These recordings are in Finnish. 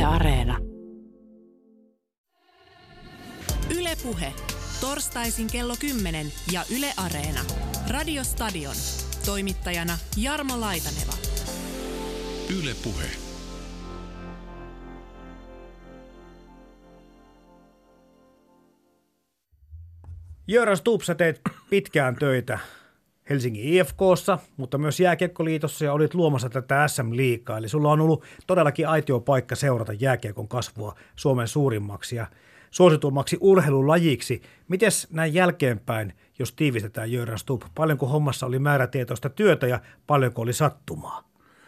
Areena. Yle Puhe. Torstaisin kello 10 ja Yle Areena. Radiostadion. Toimittajana Jarmo Laitaneva. Yle Puhe. Göran Stubb, sä teet pitkään töitä Helsingin IFK:ssa, mutta myös Jääkiekkoliitossa ja olit luomassa tätä SM-liigaa. Eli sulla on ollut todellakin aitio paikka seurata jääkiekon kasvua Suomen suurimmaksi ja suositummaksi urheilulajiksi. Mites näin jälkeenpäin, jos tiivistetään Göran Stubb, paljonko hommassa oli määrätietoista työtä ja paljonko oli sattumaa?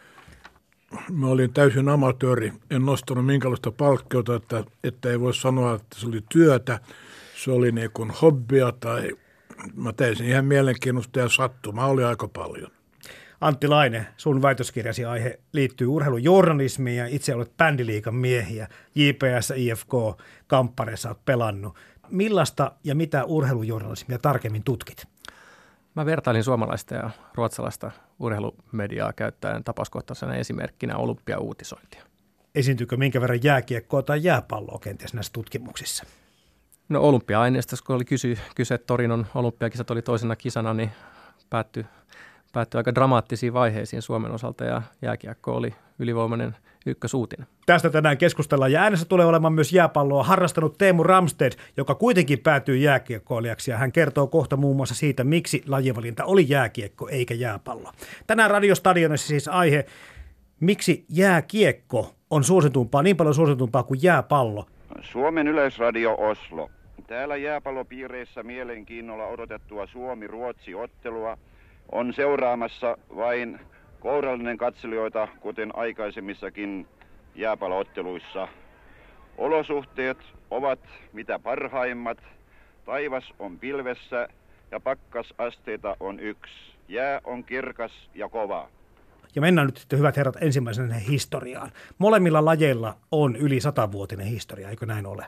Mä olin täysin amatööri, en nostanut minkälaista palkkiota, että ei voi sanoa, että se oli työtä. Se oli niin kuin hobbia tai mä tein sen ihan mielenkiinnosta ja sattumaa oli aika paljon. Antti Laine, sun väitöskirjasi aihe liittyy urheilujournalismiin ja itse olet bändiliigan miehiä. JPS, IFK, kamppareissa olet pelannut. Millaista ja mitä urheilujournalismia tarkemmin tutkit? Mä vertailin suomalaista ja ruotsalaista urheilumediaa käyttäen tapauskohtaisena esimerkkinä olympiauutisointia. Esiintyykö minkä verran jääkiekkoa tai jääpalloa kenties näissä tutkimuksissa? No olympia-aineistossa, kun oli kyse Torinon olympiakisat oli toisena kisana, niin päättyi aika dramaattisiin vaiheisiin Suomen osalta ja jääkiekko oli ylivoimainen ykkösuutinen. Tästä tänään keskustellaan ja äänessä tulee olemaan myös jääpalloa harrastanut Teemu Ramstedt, joka kuitenkin päätyy jääkiekkoilijaksi ja hän kertoo kohta muun muassa siitä, miksi lajivalinta oli jääkiekko eikä jääpallo. Tänään Radiostadionissa siis aihe, miksi jääkiekko on suositumpaa, niin paljon suositumpaa kuin jääpallo. Suomen Yleisradio Oslo. Täällä jääpallopiireissä mielenkiinnolla odotettua Suomi-Ruotsi-ottelua on seuraamassa vain kourallinen katselijoita, kuten aikaisemmissakin jääpallootteluissa. Olosuhteet ovat mitä parhaimmat, taivas on pilvessä ja pakkasasteita on 1. Jää on kirkas ja kova. Ja mennään nyt sitten, hyvät herrat, ensimmäisenä historiaan. Molemmilla lajeilla on yli 100-vuotinen historia, eikö näin ole?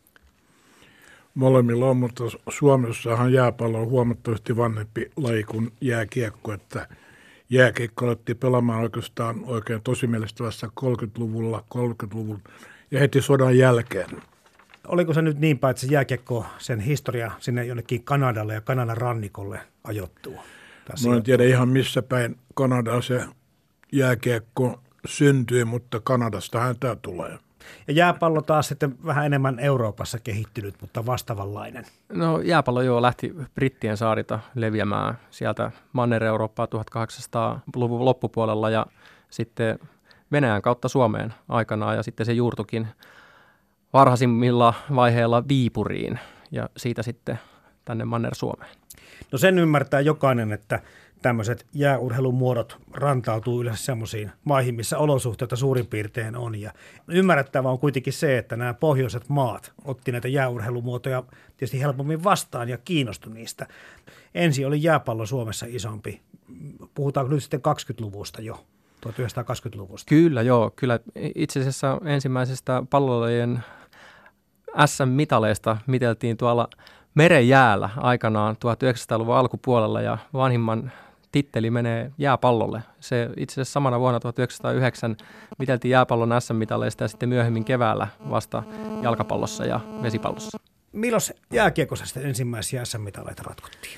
Molemmilla on, mutta Suomessahan jääpallo on huomattavasti vanhempi laji kuin jääkiekko, että jääkiekko alettiin pelaamaan oikein tosimielestävässä 30-luvun ja heti sodan jälkeen. Oliko se nyt niin päin, että se jääkiekko, sen historia sinne jonnekin Kanadalle ja Kanadan rannikolle ajoittuu? Mä en tiedä ihan missä päin Kanadaa se jääkiekko syntyi, mutta Kanadastahan tämä tulee. Ja jääpallo taas sitten vähän enemmän Euroopassa kehittynyt, mutta vastaavanlainen. No jääpallo lähti Brittien saarilta leviämään sieltä Manner-Eurooppaa 1800-luvun loppupuolella ja sitten Venäjän kautta Suomeen aikanaan ja sitten se juurtukin varhaisimmilla vaiheilla Viipuriin ja siitä sitten tänne Manner-Suomeen. No sen ymmärtää jokainen, että tämmöiset jääurheilumuodot rantautuu yleensä semmoisiin maihin, missä olosuhteita suurin piirtein on. Ja ymmärrettävä on kuitenkin se, että nämä pohjoiset maat otti näitä jääurheilumuotoja tietysti helpommin vastaan ja kiinnostui niistä. Ensin oli jääpallo Suomessa isompi. Puhutaanko nyt sitten 20-luvusta jo, 1920-luvusta? Kyllä joo, kyllä itse asiassa ensimmäisestä pallolajien SM-mitaleista miteltiin tuolla merenjäällä aikanaan 1900-luvun alkupuolella ja vanhimman titteli menee jääpallolle. Se itse asiassa samana vuonna 1909 miteltiin jääpallon SM-mitaleista ja sitten myöhemmin keväällä vasta jalkapallossa ja vesipallossa. Milloin jääkiekossa sitten ensimmäisiä SM-mitaleita ratkottiin?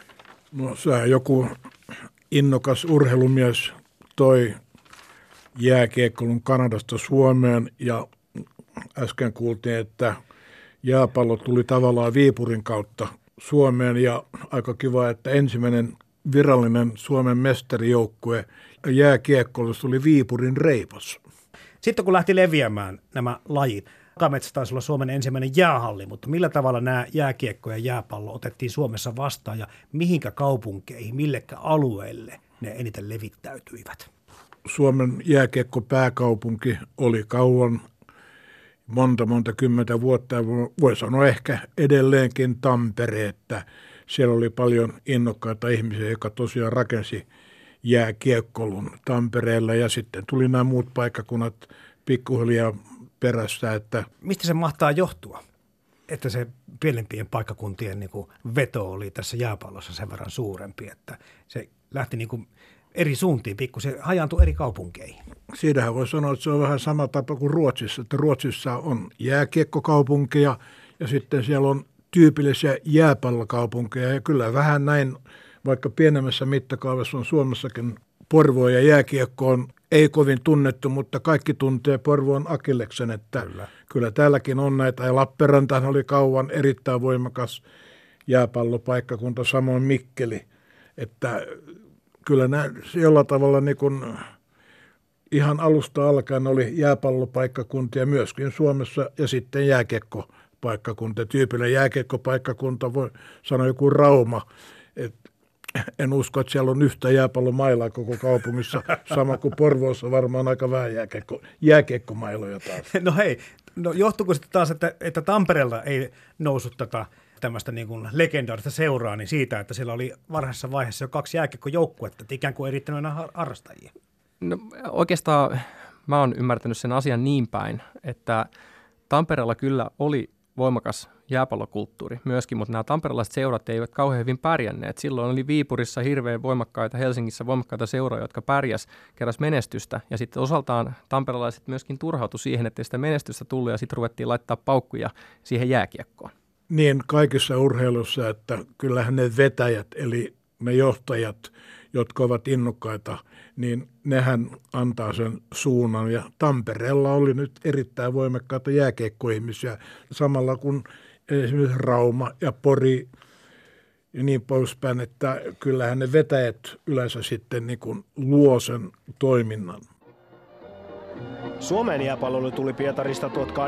No se joku innokas urheilumies toi jääkiekkoilun Kanadasta Suomeen ja äsken kuultiin, että jääpallo tuli tavallaan Viipurin kautta Suomeen ja aika kiva, että ensimmäinen virallinen Suomen mestarijoukkue jääkiekkoilussa tuli Viipurin Reipas. Sitten kun lähti leviämään nämä lajit, Kametsa taisi olla Suomen ensimmäinen jäähalli, mutta millä tavalla nämä jääkiekko ja jääpallo otettiin Suomessa vastaan ja mihinkä kaupunkeihin, millekä alueelle ne eniten levittäytyivät? Suomen jääkiekko-pääkaupunki oli kauan, monta kymmentä vuotta, voi sanoa ehkä edelleenkin Tampere, että siellä oli paljon innokkaita ihmisiä, jotka tosiaan rakensi jääkiekkoilun Tampereella ja sitten tuli nämä muut paikkakunnat pikkuhiljaa perässä. Että mistä se mahtaa johtua, että se pienempien paikkakuntien niin kuin veto oli tässä jääpallossa sen verran suurempi, että se lähti niin kuin eri suuntiin, pikkusen hajaantui eri kaupunkeihin. Siinähän voi sanoa, että se on vähän sama tapa kuin Ruotsissa, että Ruotsissa on jääkiekkokaupunkeja ja sitten siellä on tyypillisiä jääpallokaupunkeja ja kyllä vähän näin, vaikka pienemmässä mittakaavassa on Suomessakin Porvoo ja jääkiekko on ei kovin tunnettu, mutta kaikki tuntee Porvoon Akilleksen, että kyllä täälläkin on näitä ja Lappeenrantahan oli kauan erittäin voimakas jääpallopaikkakunta, samoin Mikkeli, että kyllä nämä jollain tavalla niin kuin ihan alusta alkaen oli jääpallopaikkakuntia myöskin Suomessa ja sitten jääkiekkopaikkakunta. Tyypillinen jääkiekkopaikkakunta voi sanoa joku Rauma. En usko, että siellä on yhtä jääpallomailaa koko kaupungissa, sama kuin Porvoossa varmaan aika vähän jääkiekkomailoja taas. No hei, johtuuko sitten taas, että Tampereelta ei noussut tämmöistä niin kuin legendaarista seuraa, niin siitä, että siellä oli varhaisessa vaiheessa jo 2 jääkiekkojoukkuetta, että ikään kuin ei riittänyt enää harrastajia? No, oikeastaan mä oon ymmärtänyt sen asian niin päin, että Tampereella kyllä oli voimakas jääpallokulttuuri myöskin, mutta nämä tamperelaiset seurat eivät kauhean hyvin pärjänneet. Silloin oli Viipurissa hirveän voimakkaita, Helsingissä voimakkaita seuroja, jotka keräs menestystä, ja sitten osaltaan tamperelaiset myöskin turhautui siihen, että sitä menestystä tullut, ja sitten ruvettiin laittaa paukkuja siihen jääkiekkoon. Niin, kaikissa urheilussa, että kyllähän ne vetäjät, eli ne johtajat, jotka ovat innokkaita, niin nehän antaa sen suunnan. Ja Tampereella oli nyt erittäin voimakkaita jääkiekkoihmisiä, samalla kun esimerkiksi Rauma ja Pori ja niin poispäin, että kyllähän ne vetäjät yleensä sitten niin kuin luo sen toiminnan. Suomen jääpalloilu tuli Pietarista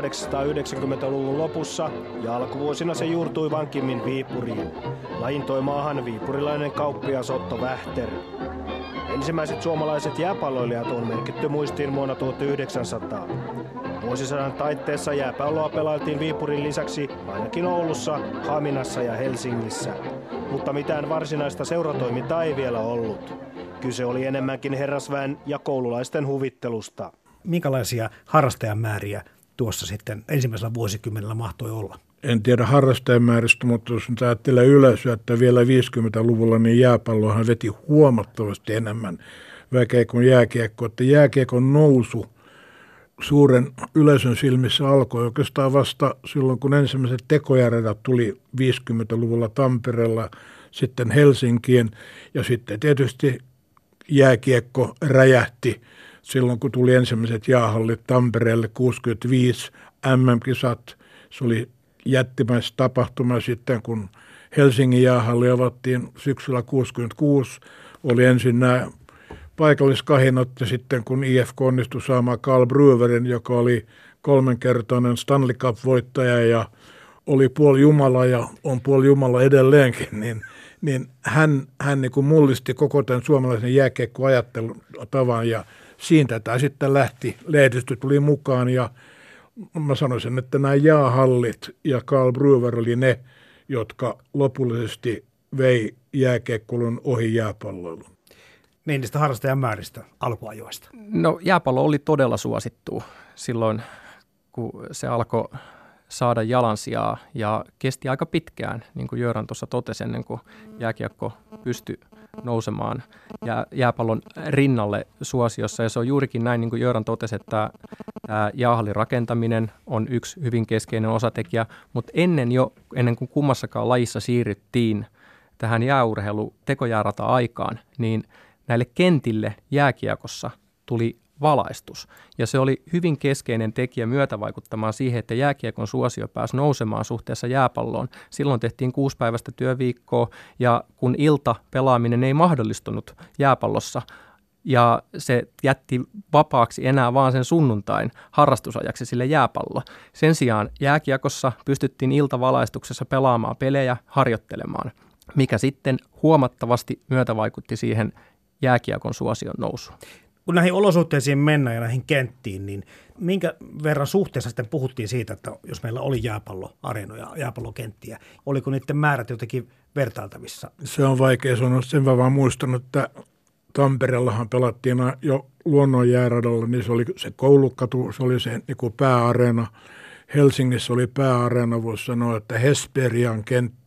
1890-luvun lopussa ja alkuvuosina se juurtui vankimmin Viipuriin. Lajin toi maahan viipurilainen kauppias Otto Vähter. Ensimmäiset suomalaiset jääpalloilijat on merkitty muistiin vuonna 1900. Vuosisadan taitteessa jääpalloa pelailtiin Viipurin lisäksi ainakin Oulussa, Haminassa ja Helsingissä. Mutta mitään varsinaista seuratoimintaa ei vielä ollut. Kyse oli enemmänkin herrasväen ja koululaisten huvittelusta. Minkälaisia harrastajamääriä tuossa sitten ensimmäisellä vuosikymmenellä mahtoi olla? En tiedä harrastajamääristä, mutta jos nyt ajattelee yleisöä, että vielä 50-luvulla niin jääpallohan veti huomattavasti enemmän väkeä kuin jääkiekko. Että jääkiekon nousu suuren yleisön silmissä alkoi oikeastaan vasta silloin, kun ensimmäiset tekojääradat tuli 50-luvulla Tampereella, sitten Helsinkiin ja sitten tietysti jääkiekko räjähti silloin, kun tuli ensimmäiset jäähallit Tampereelle 65 MM-kisat. Se oli jättimäistä tapahtuma sitten, kun Helsingin jäähalli avattiin syksyllä 66. Oli ensin nämä paikalliskahinat ja sitten kun IFK onnistui saamaan Carl Breuerin, joka oli 3-kertainen Stanley Cup-voittaja ja oli puolijumala ja on puolijumala edelleenkin, niin hän niin kuin mullisti koko tämän suomalaisen jääkiekkoajattelutavan ja siitä tämä sitten lähti, lehdistö tuli mukaan ja mä sanoisin, että nämä jäähallit ja Carl Breuer oli ne, jotka lopullisesti vei jääkiekkoilun ohi jääpalloilun. Niin niistä harrastajamääristä alkuajoista. No jääpallo oli todella suosittu silloin, kun se alkoi saada jalansijaa ja kesti aika pitkään, niin kuin Jöran tuossa totesi, ennen kuin jääkiekko pystyi nousemaan jääpallon rinnalle suosiossa. Ja se on juurikin näin, niin kuin Jöran totesi, että jäähallin rakentaminen on yksi hyvin keskeinen osatekijä, mutta ennen kuin kummassakaan lajissa siirryttiin tähän tekojäärata-aikaan, niin näille kentille jääkiekossa tuli valaistus. Ja se oli hyvin keskeinen tekijä myötävaikuttamaan siihen, että jääkiekon suosio pääsi nousemaan suhteessa jääpalloon. Silloin tehtiin 6-päiväistä työviikkoa ja kun iltapelaaminen ei mahdollistunut jääpallossa ja se jätti vapaaksi enää vaan sen sunnuntain harrastusajaksi sille jääpallo. Sen sijaan jääkiekossa pystyttiin iltavalaistuksessa pelaamaan pelejä, harjoittelemaan, mikä sitten huomattavasti myötävaikutti siihen jääkiekon suosion nousuun. Kun näihin olosuhteisiin mennään ja näihin kenttiin, niin minkä verran suhteessa sitten puhuttiin siitä, että jos meillä oli jääpalloareenoja, jääpallokenttiä, oliko niiden määrät jotenkin vertailtavissa? Se on vaikea sanoa, sen mä vaan muistanut, että Tampereellahan pelattiin jo luonnonjääradalla, niin se oli se koulukatu, se oli se niin kuin pääareena. Helsingissä oli pääareena, voisi sanoa, että Hesperian kenttä,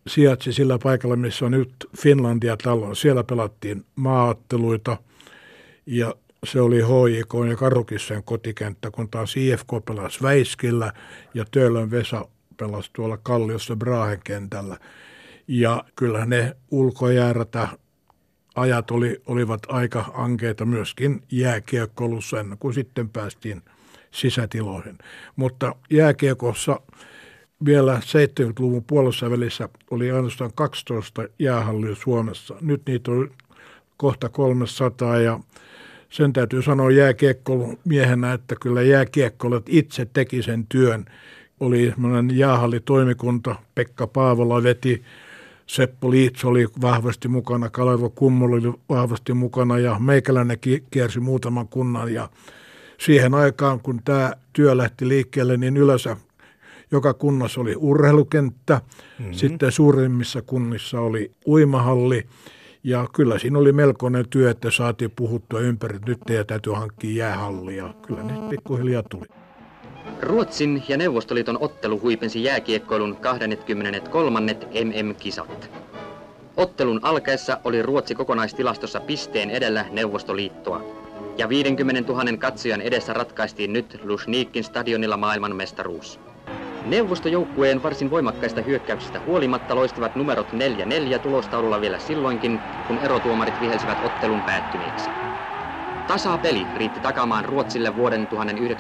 sijaitsi sillä paikalla, missä on nyt Finlandia-talo. Siellä pelattiin maaotteluita ja se oli HJK ja Karukissan kotikenttä, kun taas IFK pelasi Väiskillä ja Töölön Vesa pelasi tuolla Kalliossa Brahen kentällä. Ja kyllä ne ulkojäärätä ajat olivat aika ankeita myöskin jääkiekkoilussa ennen kuin sitten päästiin sisätiloihin. Mutta jääkiekossa vielä 70-luvun puolessa välissä oli ainoastaan 12 jäähallia Suomessa. Nyt niitä on kohta 300 ja sen täytyy sanoa jääkiekkomiehenä, että kyllä jääkiekkoilijat itse teki sen työn. Oli semmoinen jäähallitoimikunta, Pekka Paavola veti, Seppo Liits oli vahvasti mukana, Kalevo Kummol oli vahvasti mukana ja meikäläinen kiersi muutaman kunnan. Ja siihen aikaan, kun tämä työ lähti liikkeelle, niin yleensä joka kunnassa oli urheilukenttä, sitten suurimmissa kunnissa oli uimahalli. Ja kyllä siinä oli melkoinen työ, että saatiin puhuttua ympäri, nyt täytyy hankkia jäähallia. Kyllä ne pikkuhiljaa tuli. Ruotsin ja Neuvostoliiton ottelu huipensi jääkiekkoilun 23. MM-kisat. Ottelun alkaessa oli Ruotsi kokonaistilastossa pisteen edellä Neuvostoliittoa. Ja 50 000 katsojan edessä ratkaistiin nyt Luzhnikin stadionilla maailmanmestaruus. Neuvostojoukkueen varsin voimakkaista hyökkäyksistä huolimatta loistivat numerot 4-4 tulostaululla vielä silloinkin, kun erotuomarit vihelsivät ottelun päättyneeksi. Tasapeli riitti takaamaan Ruotsille vuoden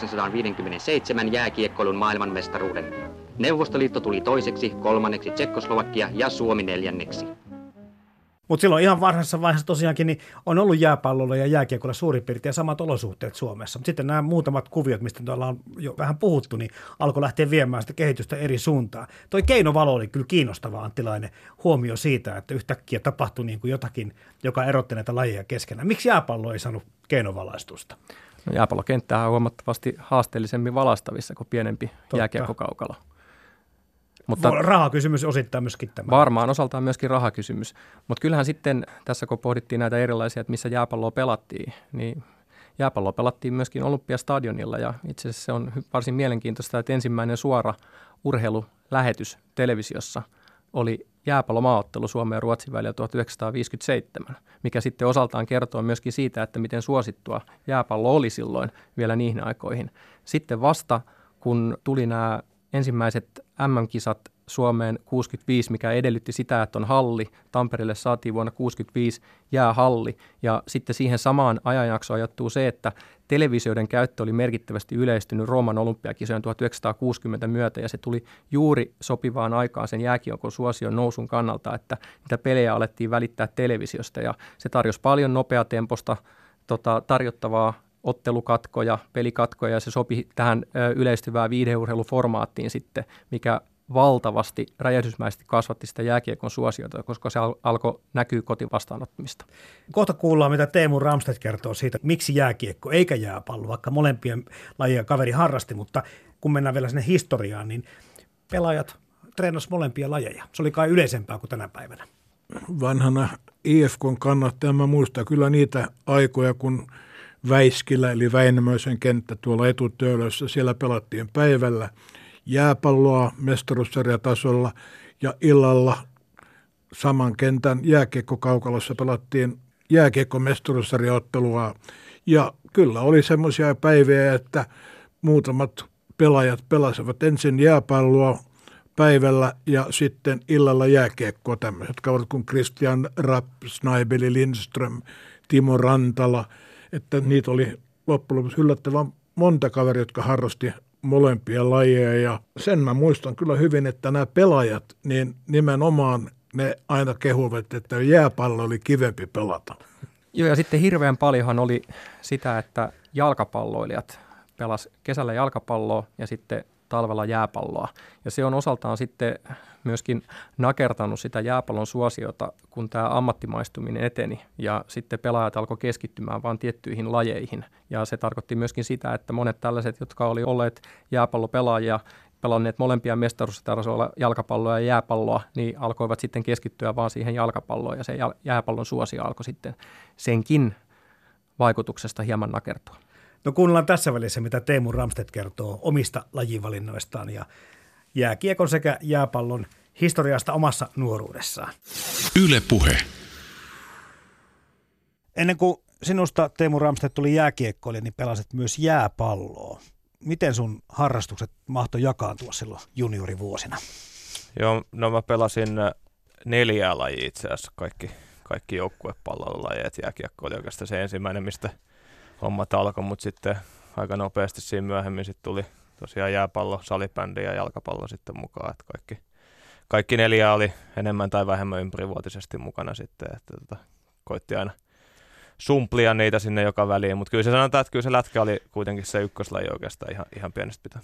1957 jääkiekkoilun maailmanmestaruuden. Neuvostoliitto tuli toiseksi, kolmanneksi Tsekkoslovakia ja Suomi neljänneksi. Mutta silloin ihan varhaisessa vaiheessa tosiaankin niin on ollut jääpallolla ja jääkiekolla suurin piirtein samat olosuhteet Suomessa. Mutta sitten nämä muutamat kuviot, mistä tuolla on jo vähän puhuttu, niin alkoi lähteä viemään sitä kehitystä eri suuntaan. Toi keinovalo oli kyllä kiinnostava, Anttilainen, huomio siitä, että yhtäkkiä tapahtui niin kuin jotakin, joka erotti näitä lajeja keskenään. Miksi jääpallo ei saanut keinovalaistusta? No, jääpallokenttähän on huomattavasti haasteellisemmin valastavissa kuin pienempi jääkiekkokaukalo. Mutta rahakysymys osittain myöskin tämä. Varmaan osaltaan myöskin rahakysymys. Mutta kyllähän sitten tässä, kun pohdittiin näitä erilaisia, että missä jääpalloa pelattiin, niin jääpalloa pelattiin myöskin Olympiastadionilla. Ja itse asiassa se on varsin mielenkiintoista, että ensimmäinen suora urheilulähetys televisiossa oli jääpallomaaottelu Suomen ja Ruotsin välillä 1957, mikä sitten osaltaan kertoo myöskin siitä, että miten suosittua jääpallo oli silloin vielä niihin aikoihin. Sitten vasta, kun tuli nämä ensimmäiset MM-kisat Suomeen 65, mikä edellytti sitä, että on halli. Tampereelle saatiin vuonna 65 jäähalli ja sitten siihen samaan ajanjaksoon ajoittuu se, että televisioiden käyttö oli merkittävästi yleistynyt Rooman olympiakisojen 1960 myötä ja se tuli juuri sopivaan aikaan sen jääkiekon suosion nousun kannalta, että niitä pelejä alettiin välittää televisiosta ja se tarjosi paljon nopeatemposta tarjottavaa ottelukatkoja, pelikatkoja ja se sopi tähän yleistyvään viihdeurheiluformaattiin sitten, mikä valtavasti räjähdysmäisesti kasvatti sitä jääkiekon suosiota, koska se alkoi näkyä kotivastaanottamista. Kohta kuullaan, mitä Teemu Ramstedt kertoo siitä, miksi jääkiekko eikä jääpallo, vaikka molempien lajia kaveri harrasti, mutta kun mennään vielä sinne historiaan, niin pelaajat treenasivat molempia lajeja. Se oli kai yleisempää kuin tänä päivänä. Vanhana IFK:n kannattaja mä muistan kyllä niitä aikoja, kun Väiskillä eli Väinämöisen kenttä tuolla Etutöölössä, siellä pelattiin päivällä jääpalloa mestaruussarjatasolla ja illalla saman kentän jääkiekkokaukalossa pelattiin jääkiekkomestaruussarjaottelua. Ja kyllä oli semmoisia päiviä, että muutamat pelaajat pelasivat ensin jääpalloa päivällä ja sitten illalla jääkiekkoa. Tämmöiset kaverit kuin Christian Rapp, Snaibeli Lindström, Timo Rantala, että niitä oli loppujen lopuksi yllättävän monta kaveria, jotka harrasti molempia lajeja. Ja sen mä muistan kyllä hyvin, että nämä pelaajat, niin nimenomaan ne aina kehuvat, että jääpallo oli kivempi pelata. Joo, ja sitten hirveän paljonhan oli sitä, että jalkapalloilijat pelas kesällä jalkapalloa ja sitten talvella jääpalloa. Ja se on osaltaan sitten myöskin nakertanut sitä jääpallon suosiota, kun tämä ammattimaistuminen eteni ja sitten pelaajat alkoi keskittymään vain tiettyihin lajeihin. Ja se tarkoitti myöskin sitä, että monet tällaiset, jotka oli olleet jääpallopelaajia, pelanneet molempia mestaruustasolla jalkapalloa ja jääpalloa, niin alkoivat sitten keskittyä vaan siihen jalkapalloon ja se jääpallon suosio alkoi sitten senkin vaikutuksesta hieman nakertua. No kuunnellaan tässä välissä, mitä Teemu Ramstedt kertoo omista lajivalinnoistaan ja jääkiekon sekä jääpallon historiasta omassa nuoruudessaan. Yle Puhe. Ennen kuin sinusta, Teemu Ramstedt, tuli jääkiekkoilija, niin pelasit myös jääpalloa. Miten sun harrastukset mahtoi jakaantua silloin juniorivuosina? Joo, no mä pelasin 4 lajia itse asiassa, kaikki joukkuepallolajeet. Jääkiekko oli oikeastaan se ensimmäinen, mistä hommat alkoi, mutta sitten aika nopeasti siinä myöhemmin sitten tuli tosiaan jääpallo, salibändi ja jalkapallo sitten mukaan. Että kaikki 4 oli enemmän tai vähemmän ympärivuotisesti mukana sitten, että koitti aina sumplia niitä sinne joka väliin, mutta kyllä se sanotaan, että kyllä se lätkä oli kuitenkin se ykköslaji oikeastaan ihan pienestä pitää.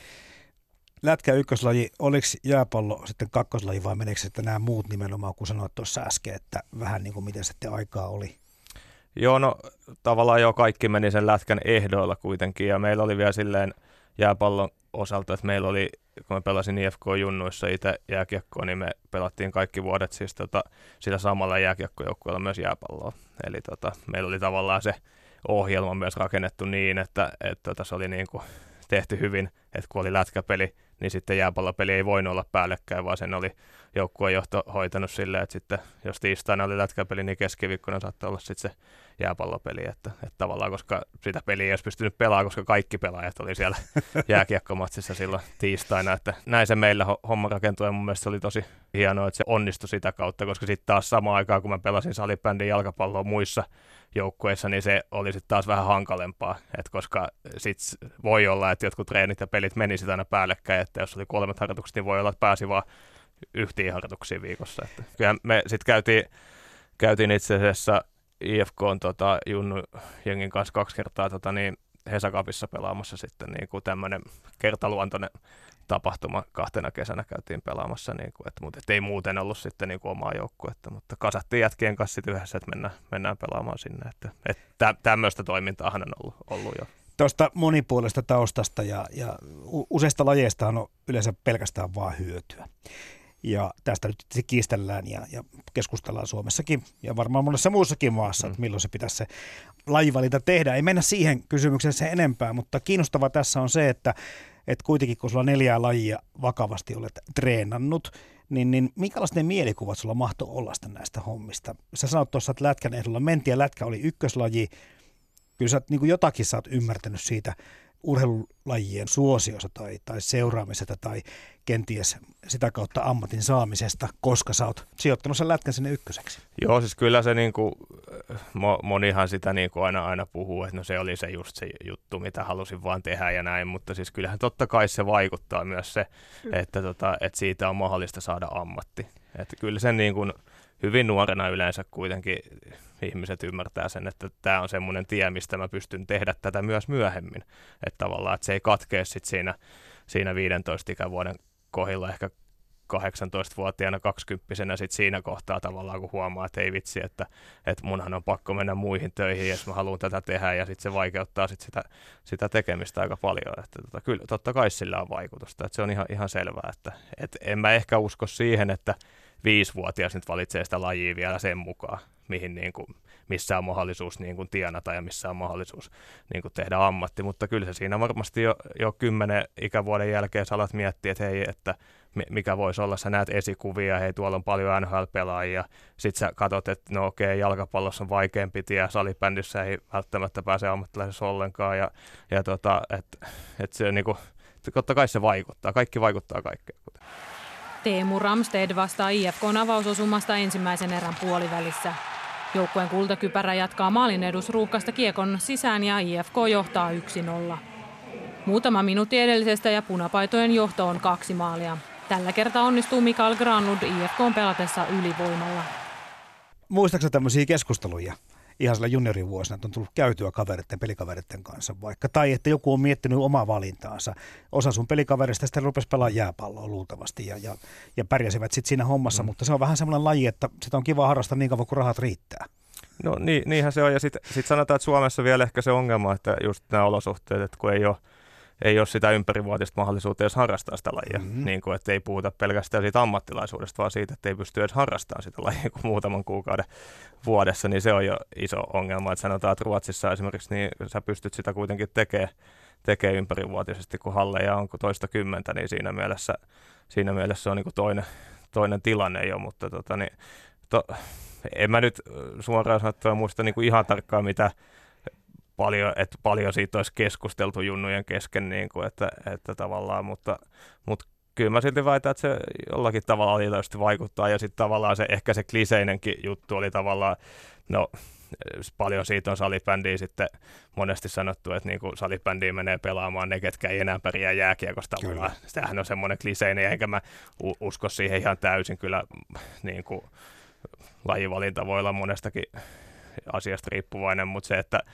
Lätkä ykköslaji, oliko jääpallo sitten kakkoslaji vai meneekö sitten nämä muut nimenomaan, kun sanoit tuossa äsken, että vähän niin kuin miten sitten aikaa oli? Joo, no tavallaan jo kaikki meni sen lätkän ehdoilla kuitenkin ja meillä oli vielä silleen jääpallon osalta, että meillä oli, kun mä pelasin IFK-junnuissa itse jääkiekkoa, niin me pelattiin kaikki vuodet siis sillä samalla jääkiekkojoukkueella myös jääpalloa. Eli meillä oli tavallaan se ohjelma myös rakennettu niin, että se oli niin kuin tehty hyvin, että kun oli lätkäpeli, niin sitten jääpallopeli ei voinut olla päällekkäin, vaan sen oli joukkuejohto hoitanut silleen, että sitten jos tiistaina oli lätkäpeli, niin keskiviikkona saattoi olla sitten se jääpallopeli, että tavallaan, koska sitä peliä ei olisi pystynyt pelaamaan, koska kaikki pelaajat oli siellä jääkiekkomatsissa silloin tiistaina, että näin se meillä homma rakentui ja mun mielestä se oli tosi hienoa, että se onnistui sitä kautta, koska sitten taas samaan aikaan, kun mä pelasin salibändin jalkapalloa muissa joukkueissa, niin se oli sitten taas vähän hankalempaa, että koska sitten voi olla, että jotkut treenit ja pelit meni sitä aina päällekkäin, että jos oli 3 harjoitukset, niin voi olla, että pääsi vaan yhteen harjoituksiin viikossa. Että kyllähän me sitten käytiin itse asiassa IFK:n Junnu-jengin kanssa 2 kertaa Hesakapissa pelaamassa sitten niin kuin tämmöinen kertaluontoinen tapahtuma 2 kesänä käytiin pelaamassa, niin kuin, mutta ei muuten ollut sitten niin kuin omaa joukkuetta, mutta kasattiin jätkien kanssa sitten yhdessä, että mennään pelaamaan sinne. Että tämmöistä toimintaahan on ollut jo. Tuosta monipuolista taustasta ja useista lajeista on yleensä pelkästään vaan hyötyä. Ja tästä nyt kiistellään ja keskustellaan Suomessakin ja varmaan monessa muussakin maassa, että milloin se pitäisi se lajivalinta tehdä. Ei mennä siihen kysymykseen sen enempää, mutta kiinnostavaa tässä on se, että kuitenkin kun sulla 4 lajia vakavasti olet treenannut, niin minkälaiset ne mielikuvat sulla mahtoi olla näistä hommista? Sä sanoit tuossa, että lätkän ehdolla mentiin ja lätkä oli ykköslaji. Kyllä sä niin kuin jotakin sä oot ymmärtänyt siitä urheilulajien suosiosta tai seuraamisesta tai kenties sitä kautta ammatin saamisesta, koska sä oot sijoittanut sen lätkän sinne ykköseksi. Joo, siis kyllä se niinku, monihan sitä niinku aina puhuu, että no se oli se just se juttu, mitä halusin vaan tehdä ja näin, mutta siis kyllähän totta kai se vaikuttaa myös se, että siitä on mahdollista saada ammatti. Että kyllä sen niin kuin hyvin nuorena yleensä kuitenkin ihmiset ymmärtää sen, että tämä on semmoinen tie, mistä mä pystyn tehdä tätä myös myöhemmin. Että tavallaan, että se ei katkea sitten siinä 15 ikävuoden kohdilla ehkä 18-vuotiaana 20-vuotiaana sitten siinä kohtaa tavallaan, kun huomaa, että ei vitsi, että munhan on pakko mennä muihin töihin, jos mä haluan tätä tehdä, ja sitten se vaikeuttaa sitä tekemistä aika paljon. Että kyllä, totta kai sillä on vaikutusta, että se on ihan selvää, että en mä ehkä usko siihen, että 5-vuotias nyt valitsee sitä lajia vielä sen mukaan, missä on mahdollisuus tienata ja missä on mahdollisuus tehdä ammatti, mutta kyllä se siinä varmasti jo 10 ikävuoden jälkeen sä alat miettiä, että hei, että mikä voisi olla, sä näet esikuvia, hei tuolla on paljon NHL-pelaajia, sit sä katsot, että no okei, jalkapallossa on vaikeampi tie, salibändissä ei välttämättä pääse ammattilaisessa ollenkaan, ja että se totta kai se vaikuttaa, kaikki vaikuttaa kaikkeen. Teemu Ramstedt vastaa IFK:n avausosumasta ensimmäisen erän puolivälissä. Joukkueen kultakypärä jatkaa maalin edusruuhkasta kiekon sisään ja IFK johtaa 1-0. Muutama minuutti edellisestä ja punapaitojen johto on 2 maalia. Tällä kertaa onnistuu Mikael Granlund IFK:n pelatessa ylivoimalla. Muistaaksä tämmöisiä keskusteluja ihan sillä juniorivuosina, että on tullut käytyä pelikavereiden kanssa vaikka, tai että joku on miettinyt omaa valintaansa. Osa sun pelikaverista sitten rupesi pelaamaan jääpalloa luultavasti ja pärjäsivät sitten siinä hommassa, mutta se on vähän semmoinen laji, että sitä on kiva harrastaa niin kauan kuin rahat riittää. No niinhän se on, ja sitten sanotaan, että Suomessa vielä ehkä se ongelma, että just nämä olosuhteet, että kun ei ole sitä ympärivuotista mahdollisuutta edes harrastaa sitä lajia. Niin kuin, että ei puhuta pelkästään siitä ammattilaisuudesta, vaan siitä, että ei pysty edes harrastamaan sitä lajia kuin muutaman kuukauden vuodessa, niin se on jo iso ongelma. Että sanotaan, että Ruotsissa esimerkiksi niin sä pystyt sitä kuitenkin tekemään ympärivuotisesti, kun halleja on toista kymmentä, niin siinä mielessä on niin kuin toinen tilanne jo, mutta en mä nyt suoraan sanottuna muista niin kuin ihan tarkkaan mitä paljon siitä olisi keskusteltu junnujen kesken, niin kuin, että tavallaan, mutta kyllä mä silti väitän, että se jollakin tavalla alitajuisesti vaikuttaa, ja sitten tavallaan ehkä se kliseinenkin juttu oli tavallaan, paljon siitä on salibändiä sitten monesti sanottu, että niinku salibändiä menee pelaamaan ne, ketkä ei enää pärjää jääkiekosta tavallaan. Sitähän on semmoinen kliseinen, ja enkä mä usko siihen ihan täysin. Kyllä niinku, lajivalinta voi olla monestakin asiasta riippuvainen, mutta se, että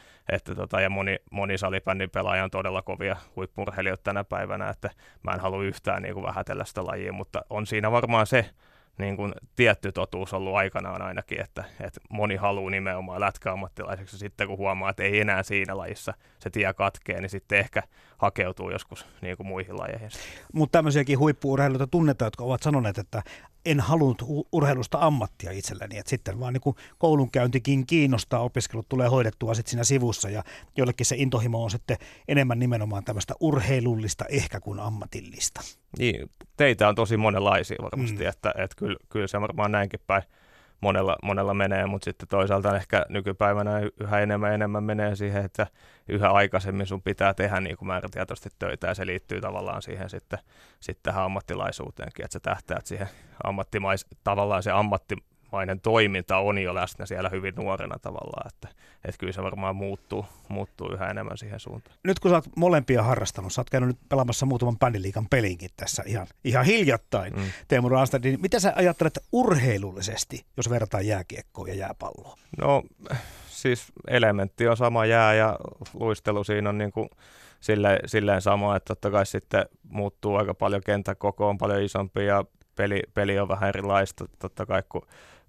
ja moni salibändin pelaaja on todella kovia huippu-urheilijoita tänä päivänä, että mä en halua yhtään niinku vähätellä sitä lajia, mutta on siinä varmaan se, niin kuin tietty totuus ollut aikanaan ainakin, että moni haluaa nimenomaan lätkäammattilaiseksi, ja sitten kun huomaa, että ei enää siinä lajissa se tie katkee, niin sitten ehkä hakeutuu joskus niin kuin muihin lajeihin. Mutta tämmöisiäkin huippu-urheilijoita tunnetaan, jotka ovat sanoneet, että en halunnut urheilusta ammattia itselleni, että sitten vaan niin kuin koulunkäyntikin kiinnostaa, opiskelut tulee hoidettua sitten siinä sivussa, ja joillekin se intohimo on sitten enemmän nimenomaan tämmöistä urheilullista ehkä kuin ammatillista. Niin, teitä on tosi monenlaisia varmasti, että kyllä se varmaan näinkin päin monella menee, mutta sitten toisaalta ehkä nykypäivänä yhä enemmän menee siihen, että yhä aikaisemmin sun pitää tehdä niin kuin määrätietoisesti töitä, ja se liittyy tavallaan siihen sitten tähän ammattilaisuuteenkin, että sä tähtäät siihen tavallaan se ammattimainen toiminta on jo läsnä siellä hyvin nuorena tavallaan, että kyllä se varmaan muuttuu yhä enemmän siihen suuntaan. Nyt kun sä oot molempia harrastanut, sä oot käynyt nyt pelaamassa muutaman bändiliigan pelinkin tässä ihan hiljattain, Teemu Ramstedt, niin mitä sä ajattelet urheilullisesti, jos verrataan jääkiekkoa ja jääpalloa? No siis elementti on sama, jää ja luistelu siinä on niin kuin silleen sama, että totta kai sitten muuttuu aika paljon, kenttäkoko on paljon isompi ja peli on vähän erilaista, totta kai kun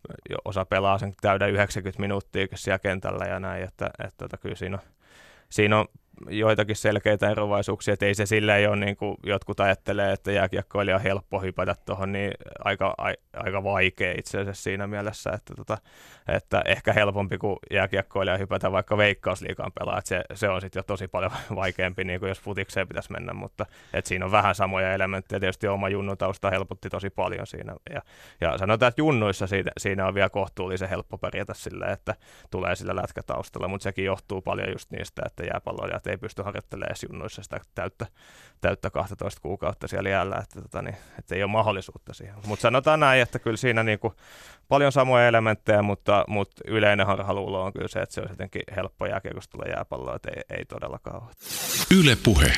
osa pelaa sen täyden 90 minuuttia siellä kentällä ja näin, että kyllä siinä on joitakin selkeitä eroavaisuuksia, että ei se silleen ole niin kuin jotkut ajattelee, että jääkiekkoilija on helppo hypätä tuohon, niin aika vaikea itse asiassa siinä mielessä, että ehkä helpompi kuin jääkiekkoilija hypätä vaikka Veikkausliigaan pelaa, että se on sitten jo tosi paljon vaikeampi, niin kuin jos futikseen pitäisi mennä, mutta että siinä on vähän samoja elementtejä, tietysti oma junnutausta helpotti tosi paljon siinä, ja sanotaan, että junnuissa siinä on vielä kohtuullisen helppo pärjätä silleen, että tulee sillä lätkätaustalla, mutta sekin johtuu paljon just niistä, että jääpalloilijat ei pysty harjoittelemaan edes junnuissa sitä täyttä 12 kuukautta siellä jäällä, että ei ole mahdollisuutta siihen. Mutta sanotaan näin, että kyllä siinä niinku paljon samoja elementtejä, mutta yleinen harhaluulo on kyllä se, että se on jotenkin helppo jääkiekosta tulee jääpalloa, että ei todellakaan ole. Yle Puhe.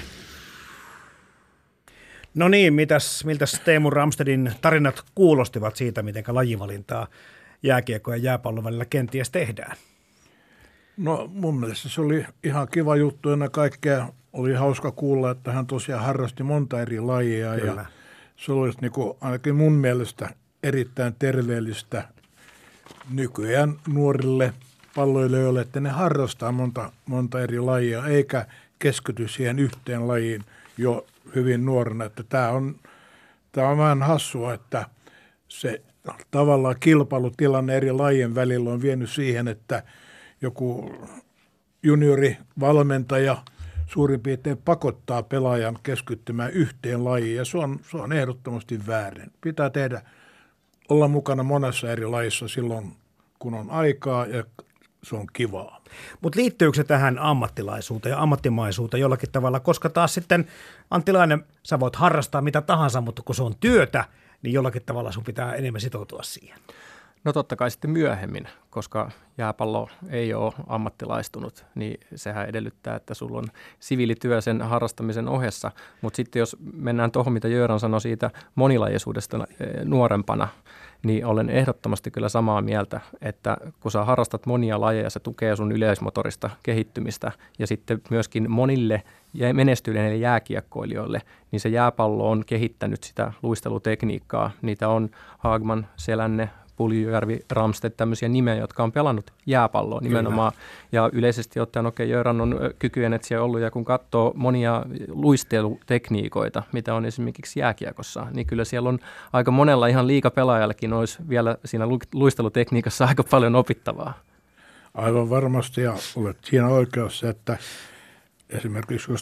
No niin, miltäs Teemu Ramstedtin tarinat kuulostivat siitä, miten lajivalintaa jääkiekko ja jääpallon välillä kenties tehdään? No mun mielestä se oli ihan kiva juttu, ennen kaikkea oli hauska kuulla, että hän tosiaan harrasti monta eri lajia. Kyllä. Ja se olisi niin kuin, ainakin mun mielestä erittäin terveellistä nykyään nuorille palloilijoille, että ne harrastaa monta eri lajia, eikä keskity siihen yhteen lajiin jo hyvin nuorena. Että tämä on vähän hassua, että se tavallaan kilpailutilanne eri lajien välillä on vienyt siihen, että joku juniorivalmentaja suurin piirtein pakottaa pelaajan keskittymään yhteen lajiin, ja se on ehdottomasti väärin. Pitää olla mukana monessa eri lajissa silloin, kun on aikaa, ja se on kivaa. Mutta liittyykö se tähän ammattilaisuuteen ja ammattimaisuuteen jollakin tavalla, koska taas sitten Anttilainen, sä voit harrastaa mitä tahansa, mutta kun se on työtä, niin jollakin tavalla sun pitää enemmän sitoutua siihen. No totta kai sitten myöhemmin, koska jääpallo ei ole ammattilaistunut, niin sehän edellyttää, että sulla on siviilityö sen harrastamisen ohessa. Mutta sitten jos mennään tuohon, mitä Jöran sanoi siitä monilajeisuudesta nuorempana, niin olen ehdottomasti kyllä samaa mieltä, että kun sä harrastat monia lajeja, se tukee sun yleismotorista kehittymistä ja sitten myöskin monille menestyneille jääkiekkoilijoille, niin se jääpallo on kehittänyt sitä luistelutekniikkaa. Niitä on Hagman, Selänne, Puljujärvi, Ramstedt, tämmöisiä nimeä, jotka on pelannut jääpalloa nimenomaan. Kyllä. Ja yleisesti ottaen, Jöran on kykyjen etsiä ollut, ja kun katsoo monia luistelutekniikoita, mitä on esimerkiksi jääkiekossa, niin kyllä siellä on aika monella ihan liigapelaajallakin olisi vielä siinä luistelutekniikassa aika paljon opittavaa. Aivan varmasti, ja olet siinä oikeassa, että esimerkiksi jos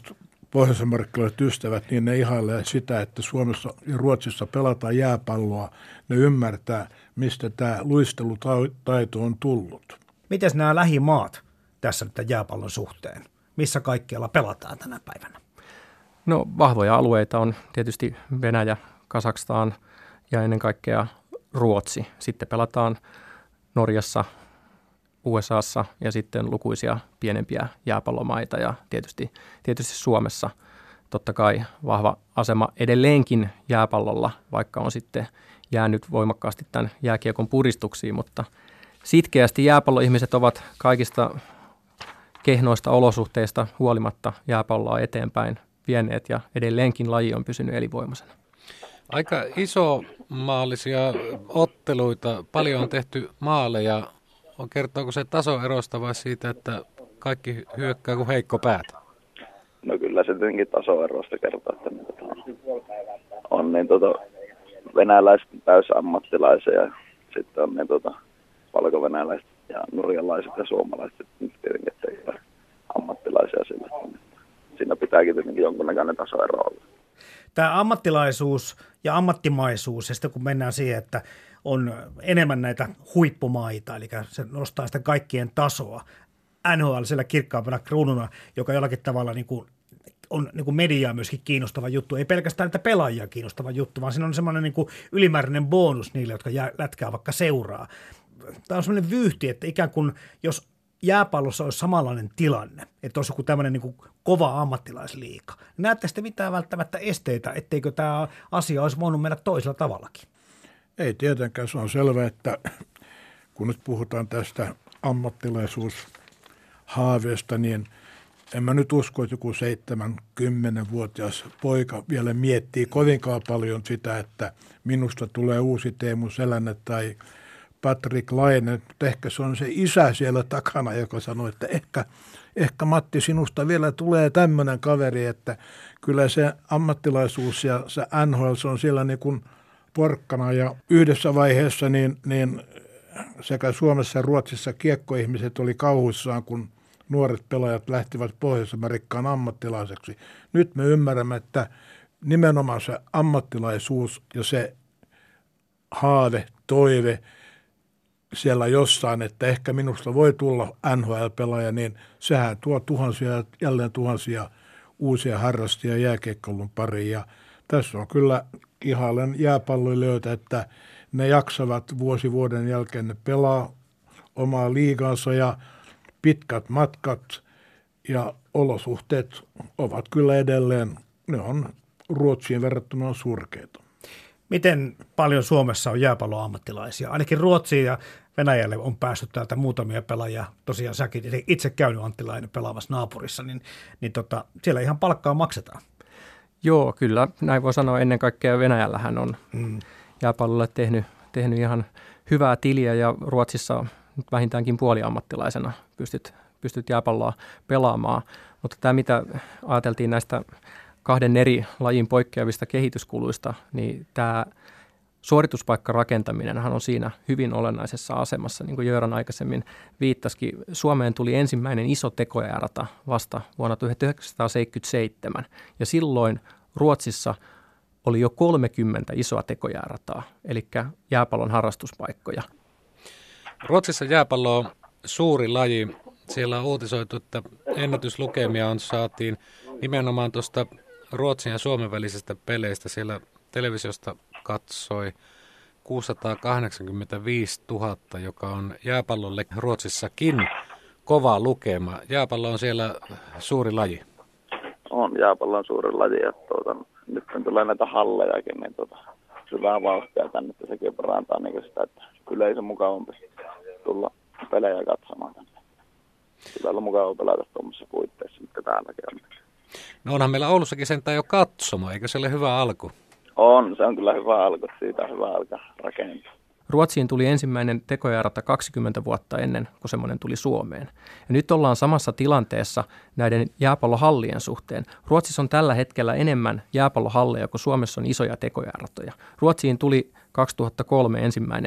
pohjois-amerikkalaiset ystävät, niin ne ihailee sitä, että Suomessa ja Ruotsissa pelataan jääpalloa. Ne ymmärtää, mistä tämä luistelutaito on tullut. Miten nämä lähimaat tässä nyt jääpallon suhteen? Missä kaikkialla pelataan tänä päivänä? No vahvoja alueita on tietysti Venäjä, Kazakstan ja ennen kaikkea Ruotsi. Sitten pelataan Norjassa, USAssa ja sitten lukuisia pienempiä jääpallomaita ja tietysti Suomessa totta kai vahva asema edelleenkin jääpallolla, vaikka on sitten jäänyt voimakkaasti tämän jääkiekon puristuksiin, mutta sitkeästi jääpalloihmiset ovat kaikista kehnoista olosuhteista huolimatta jääpalloa eteenpäin vieneet ja edelleenkin laji on pysynyt elinvoimaisena. Aika isomaallisia otteluita, paljon on tehty maaleja. Kertooko se tasoerosta vai siitä, että kaikki hyökkää kuin heikko päätä? No kyllä se tietenkin tasoerosta kertoo, että on venäläiset täysammattilaisia ja sitten on valko-venäläiset ja norjalaiset ja suomalaiset nyt tietenkin että ammattilaisia sillä. Siinä pitääkin tietenkin jonkunnäköinen tasoero olla. Tämä ammattilaisuus ja ammattimaisuus, ja sitten kun mennään siihen, että on enemmän näitä huippumaita, eli se nostaa sitä kaikkien tasoa. NHL siellä kirkkaampana kruununa, joka jollakin tavalla on mediaa myöskin kiinnostava juttu. Ei pelkästään näitä pelaajia kiinnostava juttu, vaan siinä on semmoinen ylimääräinen bonus niille, jotka lätkää vaikka seuraa. Tämä on semmoinen vyyhti, että ikään kuin jos jääpallossa olisi samanlainen tilanne, että olisi joku tämmöinen kova ammattilaisliiga. Näette sitten mitään välttämättä esteitä, etteikö tämä asia olisi voinut mennä toisella tavallakin? Ei tietenkään, se on selvä, että kun nyt puhutaan tästä ammattilaisuushaaveesta, niin en mä nyt usko, että joku 7-10-vuotias poika vielä miettii kovinkaan paljon sitä, että minusta tulee uusi Teemu Selänne tai Patrick Laine, mutta ehkä se on se isä siellä takana, joka sanoi, että ehkä Matti sinusta vielä tulee tämmöinen kaveri, että kyllä se ammattilaisuus ja se NHL, se on siellä niin kuin porkkana ja yhdessä vaiheessa niin sekä Suomessa ja Ruotsissa kiekkoihmiset oli kauhuissaan, kun nuoret pelaajat lähtivät Pohjois-Amerikkaan ammattilaiseksi. Nyt me ymmärrämme, että nimenomaan se ammattilaisuus ja se haave, toive siellä jossain, että ehkä minusta voi tulla NHL-pelaaja, niin sehän tuo jälleen tuhansia uusia harrastajia jääkiekkoilun pariin. Ja tässä on kyllä ihailen jääpalloilijoita, että ne jaksavat vuosi vuoden jälkeen, ne pelaa omaa liigaansa ja pitkät matkat ja olosuhteet ovat kyllä edelleen, ne on Ruotsiin verrattuna surkeita. Miten paljon Suomessa on jääpalloammattilaisia? Ainakin Ruotsiin ja Venäjälle on päässyt täältä muutamia pelaajia. Tosiaan säkin itse käynyt Antti Laine pelaamassa naapurissa, niin siellä ihan palkkaa maksetaan. Joo, kyllä. Näin voi sanoa. Ennen kaikkea Venäjällähän on jääpallolle tehnyt ihan hyvää tiliä ja Ruotsissa vähintäänkin puoliammattilaisena pystyt jääpalloa pelaamaan. Mutta tämä, mitä ajateltiin näistä kahden eri lajin poikkeavista kehityskuluista, niin tämä suorituspaikkarakentaminen on siinä hyvin olennaisessa asemassa. Niin kuin Jöran aikaisemmin viittasikin, Suomeen tuli ensimmäinen iso tekojäärata vasta vuonna 1977, ja silloin Ruotsissa oli jo 30 isoa tekojäärataa, eli jääpallon harrastuspaikkoja. Ruotsissa jääpallo on suuri laji. Siellä on uutisoitu, että ennätyslukemia saatiin nimenomaan tuosta Ruotsin ja Suomen välisestä peleistä. Siellä televisiosta katsoi 685 000, joka on jääpallolle Ruotsissakin kova lukema. Jääpallo on siellä suuri laji. On, jääpallo on suuri laji. Ja nyt kun tulee näitä hallejakin, niin hyvää vauhtia tänne, että sekin parantaa niin sitä, että yleisö mukavampi tulla pelejä katsomaan tänne. Kyllä on mukava pelata tuommoisissa puitteissa, mitkä täälläkin on. No onhan meillä Oulussakin sentään jo katsomo, eikö se ole hyvä alku? On, se on kyllä hyvä alku, siitä on hyvä alkaa rakentaa. Ruotsiin tuli ensimmäinen tekojäärata 20 vuotta ennen kuin semmoinen tuli Suomeen. Ja nyt ollaan samassa tilanteessa näiden jääpallohallien suhteen. Ruotsissa on tällä hetkellä enemmän jääpallohalleja kuin Suomessa on isoja tekojääratoja. Ruotsiin tuli 2003 ensimmäinen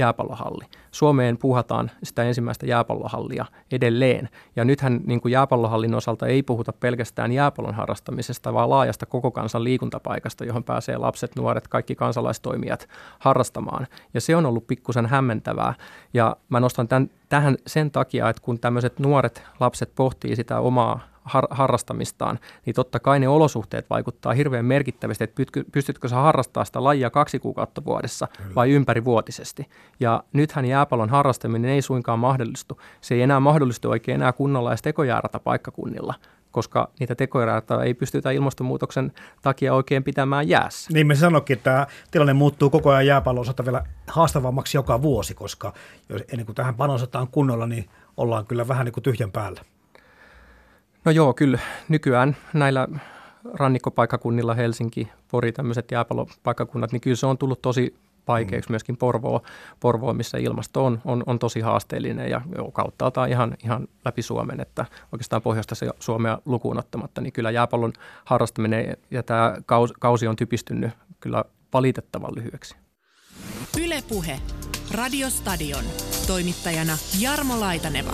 jääpallohalli. Suomeen puuhataan sitä ensimmäistä jääpallohallia edelleen. Ja nythän niin kuin jääpallohallin osalta ei puhuta pelkästään jääpallon harrastamisesta, vaan laajasta koko kansan liikuntapaikasta, johon pääsee lapset, nuoret, kaikki kansalaistoimijat harrastamaan. Ja se on ollut pikkusen hämmentävää. Ja mä nostan tähän sen takia, että kun tämmöiset nuoret lapset pohtii sitä omaa harrastamistaan, niin totta kai ne olosuhteet vaikuttaa hirveän merkittävästi, että pystytkö sä harrastamaan sitä lajia 2 kuukautta vuodessa vai ympärivuotisesti. Ja nythän jääpallon harrastaminen ei suinkaan mahdollistu. Se ei enää mahdollistu oikein enää kunnolla edes tekojäärätä-paikkakunnilla, koska niitä tekojäärätä ei pystytä ilmastonmuutoksen takia oikein pitämään jäässä. Niin me sanoikin, että tämä tilanne muuttuu koko ajan jääpallon osalta vielä haastavammaksi joka vuosi, koska jos ennen kuin tähän panostetaan kunnolla, niin ollaan kyllä vähän niin kuin tyhjän päällä. No joo, kyllä nykyään näillä rannikkopaikkakunnilla, Helsinki, Pori, tämmöiset jääpallopaikkakunnat, niin kyllä se on tullut tosi vaikeaksi myöskin Porvoo, missä ilmasto on tosi haasteellinen ja kauttaaltaan ihan läpi Suomen, että oikeastaan pohjoista Suomea lukuun ottamatta, niin kyllä jääpallon harrastaminen ja tämä kausi on typistynyt kyllä valitettavan lyhyeksi. Yle Puhe. Radiostadion. Toimittajana Jarmo Laitaneva.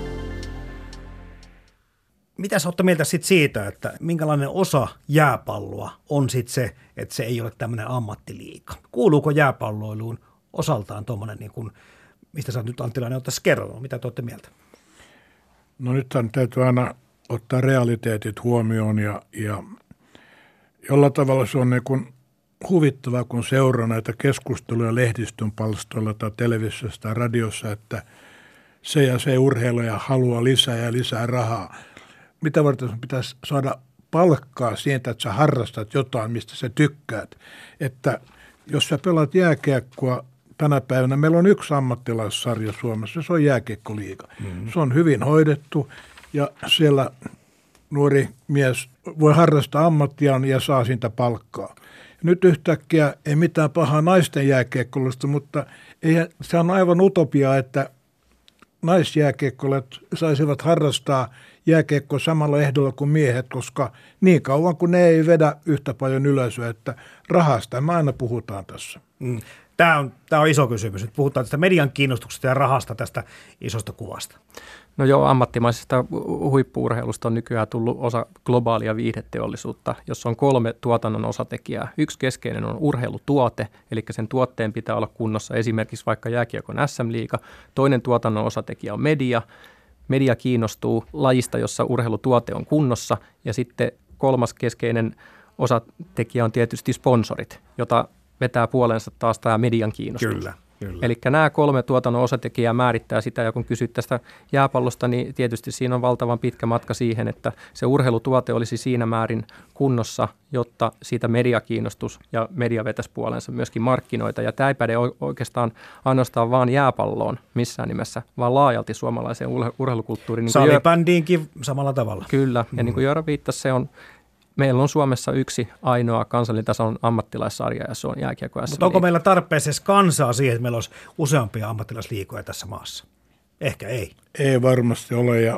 Mitä sä olette mieltä sitten siitä, että minkälainen osa jääpalloa on sitten se, että se ei ole tämmöinen ammattiliiga? Kuuluuko jääpalloiluun osaltaan tuommoinen, niin kuin, mistä sä nyt Anttilainen ottaisi kertoa? Mitä te olette mieltä? No nythän täytyy aina ottaa realiteetit huomioon ja jollain tavalla se on niin kuin huvittavaa, kun seuraa näitä keskusteluja lehdistön palstoilla tai televisiossa tai radiossa, että se ja se urheilija haluaa lisää ja lisää rahaa. Mitä varten sun pitäisi saada palkkaa siitä, että sä harrastat jotain, mistä sä tykkäät. Että jos sä pelaat jääkiekkoa tänä päivänä, meillä on yksi ammattilaissarja Suomessa, se on jääkiekkoliiga. Mm-hmm. Se on hyvin hoidettu ja siellä nuori mies voi harrastaa ammattiaan ja saa siitä palkkaa. Nyt yhtäkkiä ei mitään pahaa naisten jääkiekkoilusta, mutta se on aivan utopia, että naisjääkiekkoilijat saisivat harrastaa jääkiekkoa samalla ehdolla kuin miehet, koska niin kauan kuin ne ei vedä yhtä paljon yleisöä, että rahasta me aina puhutaan tässä. Tämä on iso kysymys. Nyt puhutaan tästä median kiinnostuksesta ja rahasta tästä isosta kuvasta. No joo, ammattimaisesta huippu-urheilusta on nykyään tullut osa globaalia viihdeteollisuutta, jossa on 3 tuotannon osatekijää. Yksi keskeinen on urheilutuote, eli sen tuotteen pitää olla kunnossa, esimerkiksi vaikka jääkiekon SM-liiga. Toinen tuotannon osatekijä on media. Media kiinnostuu lajista, jossa urheilutuote on kunnossa. Ja sitten 3. keskeinen osatekijä on tietysti sponsorit, jota vetää puolensa taas tämä median kiinnostus. Kyllä. Eli nämä 3 tuotannon osatekijää määrittää sitä, ja kun kysyt tästä jääpallosta, niin tietysti siinä on valtavan pitkä matka siihen, että se urheilutuote olisi siinä määrin kunnossa, jotta siitä mediakiinnostus ja media vetäisi puolensa myöskin markkinoita. Ja tämä ei päde oikeastaan ainoastaan vaan jääpalloon missään nimessä, vaan laajalti suomalaiseen urheilukulttuuriin. Salibändiinkin samalla tavalla. Kyllä, ja niin kuin Joora viittasi, meillä on Suomessa yksi ainoa kansallitason ammattilaissarja, ja se on jääkiekko SM-liiga. Mutta onko meillä tarpeeksi kansaa siihen, että meillä olisi useampia ammattilaisliigoja tässä maassa? Ehkä ei. Ei varmasti ole, ja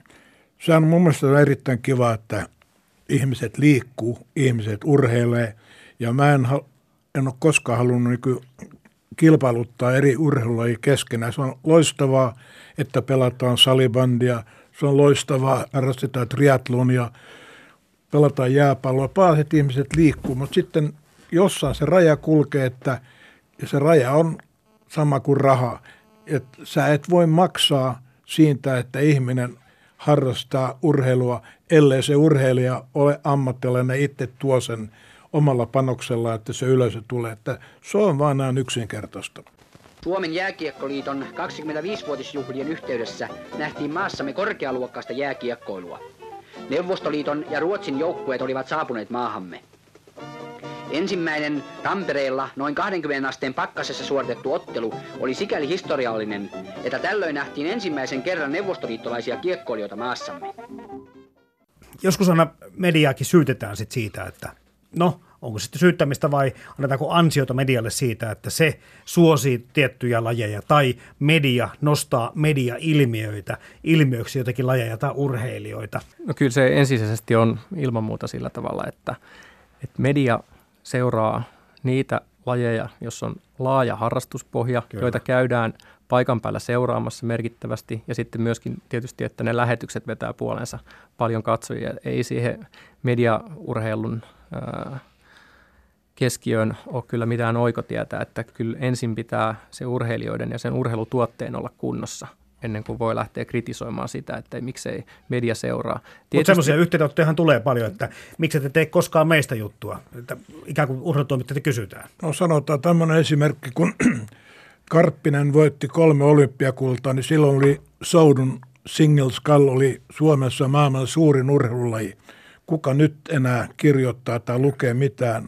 se on mun mielestä erittäin kiva, että ihmiset liikkuu, ihmiset urheilee, ja mä en ole koskaan halunnut kilpailuttaa eri urheilulajia keskenään. Se on loistavaa, että pelataan salibandia, se on loistavaa, harrastetaan triathlonia, pelataan jääpalloa, pääset ihmiset liikkuu, mutta sitten jossain se raja kulkee, että ja se raja on sama kuin raha. Että sä et voi maksaa siitä, että ihminen harrastaa urheilua, ellei se urheilija ole ammattilainen, itse tuo sen omalla panoksella, että se yleisö tulee. Että se on vaan näin yksinkertaista. Suomen jääkiekkoliiton 25-vuotisjuhlien yhteydessä nähtiin maassamme korkealuokkaista jääkiekkoilua. Neuvostoliiton ja Ruotsin joukkueet olivat saapuneet maahamme. Ensimmäinen Tampereella noin 20 asteen pakkasessa suoritettu ottelu oli sikäli historiallinen, että tällöin nähtiin ensimmäisen kerran neuvostoliittolaisia kiekkoilijoita maassamme. Joskus aina mediaakin syytetään sit siitä, että onko sitten syyttämistä vai annetaanko ansiota medialle siitä, että se suosii tiettyjä lajeja tai media nostaa media-ilmiöitä, ilmiöiksi jotakin lajeja tai urheilijoita? No kyllä se ensisijaisesti on ilman muuta sillä tavalla, että media seuraa niitä lajeja, jossa on laaja harrastuspohja, Kyllä. joita käydään paikan päällä seuraamassa merkittävästi, ja sitten myöskin tietysti, että ne lähetykset vetää puolensa paljon katsojia. Ei siihen mediaurheilun keskiöön ole kyllä mitään oikotietä, että kyllä ensin pitää se urheilijoiden ja sen urheilutuotteen olla kunnossa, ennen kuin voi lähteä kritisoimaan sitä, että miksei media seuraa. Mutta semmoisia yhteydenottojahan tulee paljon, että miksi ette tee koskaan meistä juttua, että ikään kuin urheilutoimittajat kysytään. No sanotaan tämmöinen esimerkki, kun Karppinen voitti 3 olympiakultaa, niin silloin oli soudun single scull oli Suomessa maailman suurin urheilulaji. Kuka nyt enää kirjoittaa tai lukee mitään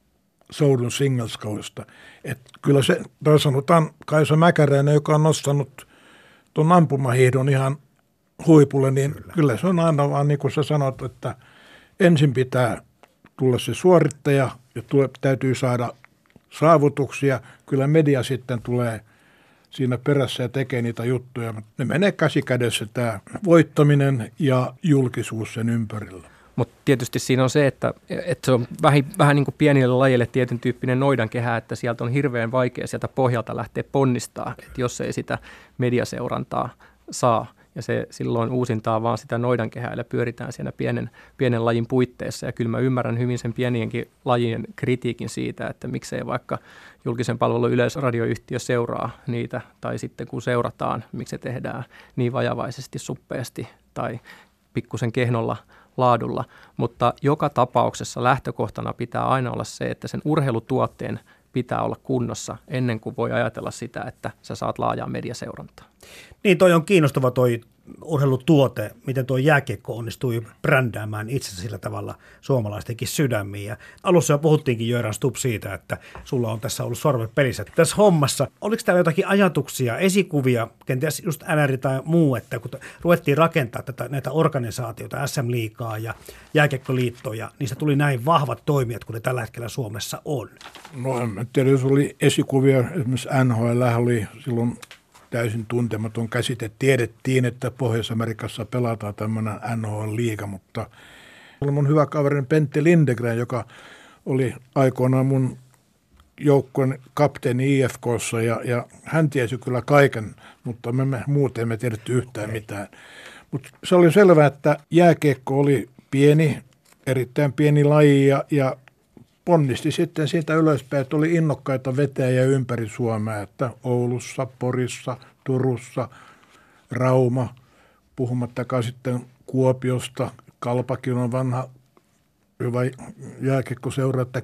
soudun single scullista? Kyllä se, tai sanotaan Kaisa Mäkäräinen, joka on nostanut tuon ampumahiihdon ihan huipulle, niin kyllä se on aina vaan niin kuin sä sanot, että ensin pitää tulla se suorittaja ja täytyy saada saavutuksia. Kyllä media sitten tulee siinä perässä ja tekee niitä juttuja. Ne menee käsi kädessä tämä voittaminen ja julkisuus sen ympärillä. Mutta tietysti siinä on se, että se on vähän niin kuin pienille lajille tietyn tyyppinen noidankehä, että sieltä on hirveän vaikea sieltä pohjalta lähteä ponnistaa, että jos ei sitä mediaseurantaa saa. Ja se silloin uusintaa vaan sitä noidankehää, ja pyöritään siinä pienen lajin puitteissa. Ja kyllä mä ymmärrän hyvin sen pienienkin lajien kritiikin siitä, että miksei vaikka julkisen palvelun yleisradioyhtiö seuraa niitä, tai sitten kun seurataan, miksi se tehdään niin vajavaisesti, suppeasti tai pikkusen kehnolla laadulla. Mutta joka tapauksessa lähtökohtana pitää aina olla se, että sen urheilutuotteen pitää olla kunnossa ennen kuin voi ajatella sitä, että sä saat laajaa mediaseurantaa. Niin, toi on kiinnostava toi urheilutuote, miten tuo jääkiekko onnistui brändäämään itsensä sillä tavalla suomalaistenkin sydämiin. Ja alussa jo puhuttiinkin Jöran Stubb siitä, että sulla on tässä ollut sormet pelissä tässä hommassa. Oliko täällä jotakin ajatuksia, esikuvia, kenties just NR tai muu, että kun ruvettiin rakentaa näitä organisaatioita, SM-liigaa ja jääkiekkoliittoja, niistä tuli näin vahvat toimijat, kun ne tällä hetkellä Suomessa on? No en tiedä, jos oli esikuvia, esimerkiksi NHL oli silloin täysin tuntematon käsite. Tiedettiin, että Pohjois-Amerikassa pelataan tämmöinen NHL-liiga, mutta oli mun hyvä kaverini Pentti Lindegren, joka oli aikoinaan mun joukkueen kapteeni IFK:ssa ja hän tiesi kyllä kaiken, mutta me muuten emme tiedetty yhtään mitään. Mutta se oli selvää, että jääkiekko oli erittäin pieni laji ja ponnisti sitten siitä ylöspäin, että oli innokkaita vetäjiä ympäri Suomea, että Oulussa, Porissa, Turussa, Rauma, puhumattakaan sitten Kuopiosta, Kalpakin on vanha hyvä jääkiekkoseura, että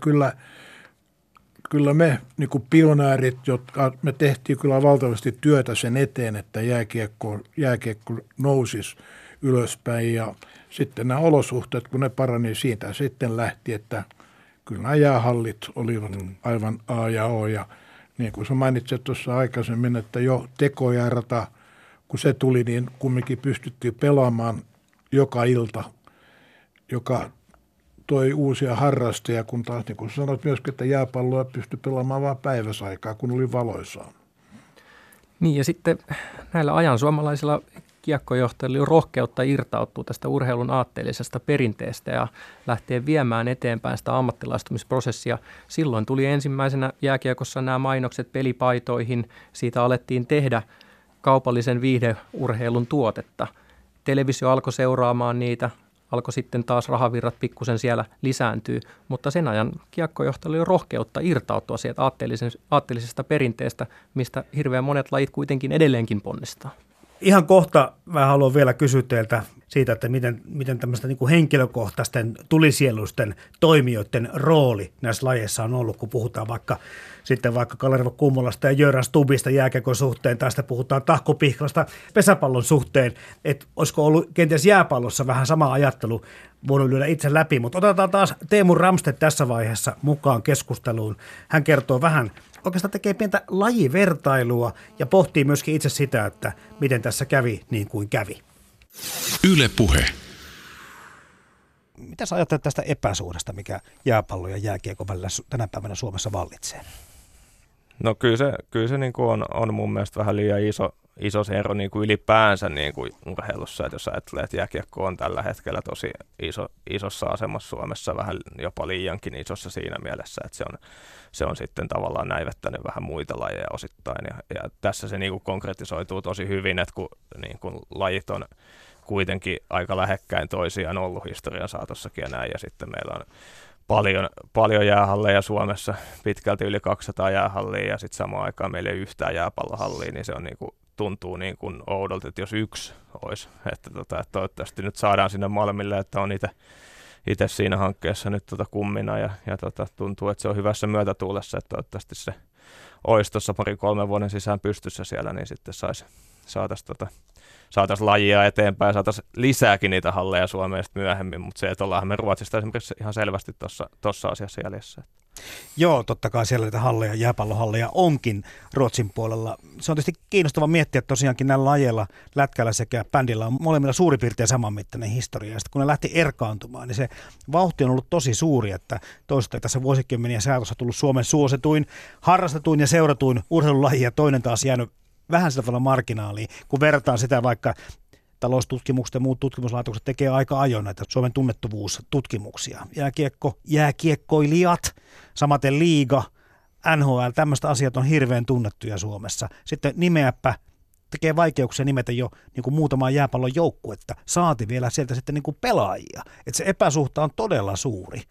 kyllä me niin kuin pionäärit, jotka me tehtiin kyllä valtavasti työtä sen eteen, että jääkiekko nousisi ylöspäin ja sitten nämä olosuhteet, kun ne parani siitä sitten lähti, että kyllä nämä jäähallit olivat aivan A ja O. Ja niin kuin sä mainitsit tuossa aikaisemmin, että jo tekojäärata, kun se tuli, niin kumminkin pystyttiin pelaamaan joka ilta, joka toi uusia harrastajia, kun taas niin kuin sanoit myöskin, että jääpalloa pystyi pelaamaan vain päiväsaikaa, kun oli valoisaa. Niin ja sitten näillä ajan suomalaisilla kiekkojohtajilla on rohkeutta irtautua tästä urheilun aatteellisesta perinteestä ja lähteä viemään eteenpäin sitä ammattilaistumisprosessia. Silloin tuli ensimmäisenä jääkiekossa nämä mainokset pelipaitoihin. Siitä alettiin tehdä kaupallisen viihdeurheilun tuotetta. Televisio alkoi seuraamaan niitä, alkoi sitten taas rahavirrat pikkusen siellä lisääntyy, mutta sen ajan kiekkojohtajilla oli rohkeutta irtautua sieltä aatteellisesta perinteestä, mistä hirveän monet lajit kuitenkin edelleenkin ponnistaa. Ihan kohta mä haluan vielä kysyä teiltä siitä, että miten tämmöistä niin kuin henkilökohtaisten tulisieluisten toimijoiden rooli näissä lajeissa on ollut, kun puhutaan vaikka Kalervo Kummolasta ja Jöran Stubbista jääkiekon suhteen, tai sitten puhutaan Tahko Pihkalasta pesäpallon suhteen, että olisiko ollut kenties jääpallossa vähän sama ajattelu voinut lyödä itse läpi, mutta otetaan taas Teemu Ramstedt tässä vaiheessa mukaan keskusteluun. Hän kertoo vähän, oikeastaan tekee pientä lajivertailua ja pohtii myöskin itse sitä, että miten tässä kävi niin kuin kävi. Yle Puhe. Mitä sä ajattelet tästä epäsuhdasta, mikä jääpallon ja jääkiekon välillä tänä päivänä Suomessa vallitsee? No kyllä se niin kuin on mun mielestä vähän liian iso se ero niin kuin ylipäänsä niin kuin urheilussa, että jos ajattelee, että jääkiekko on tällä hetkellä tosi isossa asemassa Suomessa, vähän jopa liiankin isossa siinä mielessä, että se on sitten tavallaan näivettänyt vähän muita lajeja osittain, ja tässä se niin kuin konkretisoituu tosi hyvin, että kun niin kuin lajit on kuitenkin aika lähekkäin toisiaan ollut historian saatossakin ja näin, ja sitten meillä on paljon jäähalleja Suomessa, pitkälti yli 200 jäähallia, ja sitten samaan aikaan meillä ei ole yhtään jääpallohallia, niin se on tuntuu niin kuin oudolta, että jos yksi olisi. Että toivottavasti nyt saadaan sinne Malmille, että on itse siinä hankkeessa nyt kummina, ja tuntuu, että se on hyvässä myötätuulessa, että toivottavasti se olisi tuossa 2-3 vuoden sisään pystyssä siellä, niin sitten saataisiin lajia eteenpäin, saataisiin lisääkin niitä halleja Suomeen myöhemmin, mutta se, että ollaan me Ruotsista esimerkiksi ihan selvästi tuossa asiassa jäljessä. Joo, totta kai siellä niitä halleja, jääpallohalleja onkin Ruotsin puolella. Se on tietysti kiinnostava miettiä, että tosiaankin näillä lajeilla, lätkällä sekä bändillä on molemmilla suurin piirtein samanmittainen historia. Ja sitten kun ne lähti erkaantumaan, niin se vauhti on ollut tosi suuri, että toista tässä vuosikymmeniä saatossa tullut Suomen suosituin, harrastetuin ja seuratuin urheilulaji ja toinen taas jäänyt vähän sillä tavalla marginaaliin, kun verrataan sitä vaikka taloustutkimukset ja muut tutkimuslaitokset tekee aika ajoin näitä Suomen tunnettuvuustutkimuksia. Jääkiekkoilijat, samaten liiga, NHL, tämmöistä asiat on hirveän tunnettuja Suomessa. Sitten nimeäpä tekee vaikeuksia nimetä jo niin kuin muutamaa jääpallon joukkuetta. Saati vielä sieltä sitten niin kuin pelaajia. Että se epäsuhta on todella suuri.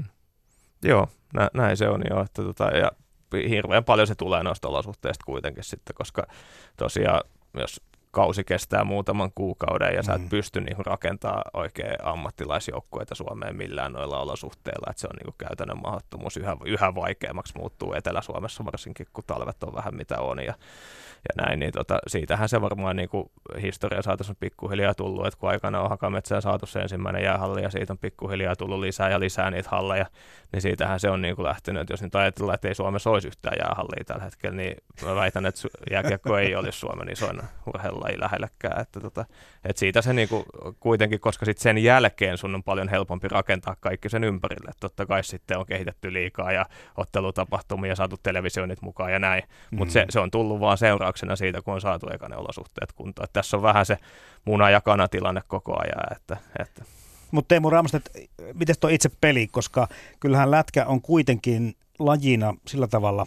Joo, näin se on jo. Että ja hirveän paljon se tulee noista olosuhteista kuitenkin sitten, koska tosiaan jos kausi kestää muutaman kuukauden ja sä et pysty niinku rakentamaan oikein ammattilaisjoukkueita Suomeen millään noilla olosuhteilla, että se on niinku käytännön mahdottomuus. Yhä vaikeammaksi muuttuu Etelä-Suomessa varsinkin, kun talvet on vähän mitä on ja näin, niin siitähän se varmaan niinku historia saatossa on pikkuhiljaa tullut, että kun aikana on Hakametsään saatu se ensimmäinen jäähalli ja siitä on pikkuhiljaa tullut lisää ja lisää niitä halleja, niin siitähän se on niinku lähtenyt, että jos nyt ajatellaan, että ei Suomessa olisi yhtään jäähallia tällä hetkellä, niin mä väitän, että jääkiekko ei olisi Suomen isoin urheilulaji lähellekään, että siitä se niinku kuitenkin, koska sitten sen jälkeen sun on paljon helpompi rakentaa kaikki sen ympärille, että totta kai sitten on kehitetty liikaa ja ottelutapahtumia ja saatu televisioinnit mukaan ja näin, mutta se on tullut vaan seurauksena siitä, kun on saatu eka ne olosuhteet kuntoon. Että tässä on vähän se muna- ja kanatilanne koko ajan. Että. Mutta Teemu Ramstedt, miten tuo itse peli, koska kyllähän lätkä on kuitenkin lajina sillä tavalla,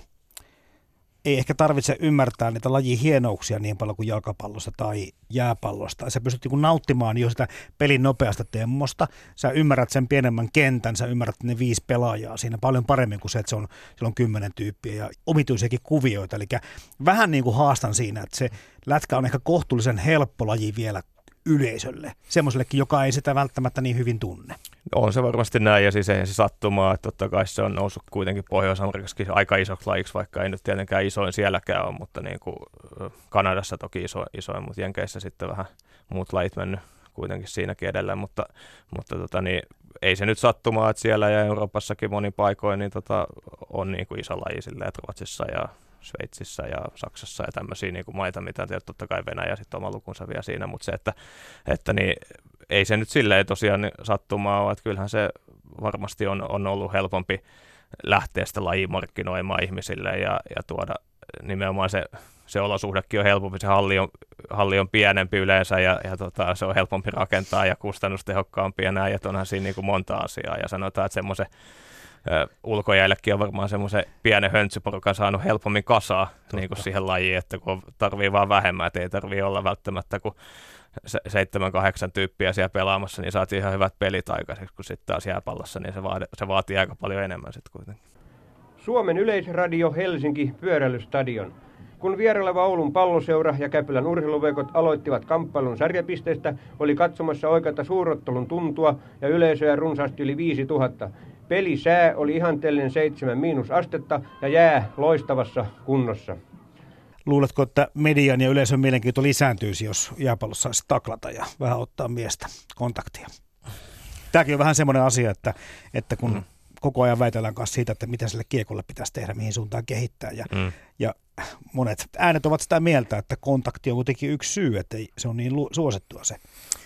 ei ehkä tarvitse ymmärtää niitä lajin hienouksia niin paljon kuin jalkapallosta tai jääpallosta. Sä pystyt nimenomaan jo sitä pelin nopeasta temmosta. Sä ymmärrät sen pienemmän kentän, sä ymmärrät ne 5 pelaajaa siinä paljon paremmin kuin se, että siellä on 10 tyyppiä ja omituisiakin kuvioita. Eli vähän niin kuin haastan siinä, että se lätkä on ehkä kohtuullisen helppo laji vielä yleisölle, semmoisellekin, joka ei sitä välttämättä niin hyvin tunne. On se varmasti näin, ja siis eihän se sattumaa, että totta kai se on noussut kuitenkin Pohjois-Amerikassakin aika isoksi lajiksi, vaikka ei nyt tietenkään isoin sielläkään ole, mutta niin kuin Kanadassa toki isoin, mutta Jenkeissä sitten vähän muut lajit mennyt kuitenkin siinäkin edelleen, mutta niin, ei se nyt sattumaa, että siellä ja Euroopassakin monin paikoin niin on niin kuin iso laji silleen, että Ruotsissa ja Sveitsissä ja Saksassa ja tämmöisiä niin kuin maita, mitä totta kai Venäjä sitten oma lukunsa vielä siinä, mutta se, että niin, ei se nyt silleen tosiaan sattumaa ole, että kyllähän se varmasti on ollut helpompi lähteä sitä lajia markkinoimaan ihmisille ja tuoda nimenomaan se olosuhdekin on helpompi, se halli on pienempi yleensä ja se on helpompi rakentaa ja kustannustehokkaampi ja näin, että onhan siinä niin kuin monta asiaa ja sanotaan, että semmoisen ulkojäillekin on varmaan semmoisen pienen höntsyporukan saanut helpommin kasaa niin kuin siihen lajiin, että kun tarvii vaan vähemmän, että ei tarvii olla välttämättä kuin 7-8 tyyppiä siellä pelaamassa, niin saatiin ihan hyvät pelit aikaiseksi, kun sitten taas jääpallossa, niin se vaatii aika paljon enemmän sitten kuitenkin. Suomen Yleisradio Helsinki Pyöräilystadion. Kun vieraileva Oulun palloseura ja Käpylän urheiluveikot aloittivat kamppailun sarjapisteistä, oli katsomassa oikeata suurottelun tuntua ja yleisöä runsaasti yli 5000. Pelisää oli ihanteellinen 7 miinusastetta ja jää loistavassa kunnossa. Luuletko, että median ja yleisön mielenkiinto lisääntyisi, jos jääpallossa saisi taklata ja vähän ottaa miestä kontaktia? Tämäkin on vähän semmoinen asia, että kun koko ajan väitellään kanssa siitä, että mitä sille kiekolle pitäisi tehdä, mihin suuntaan kehittää. Ja monet äänet ovat sitä mieltä, että kontakti on kuitenkin yksi syy, että se on niin suosittua se.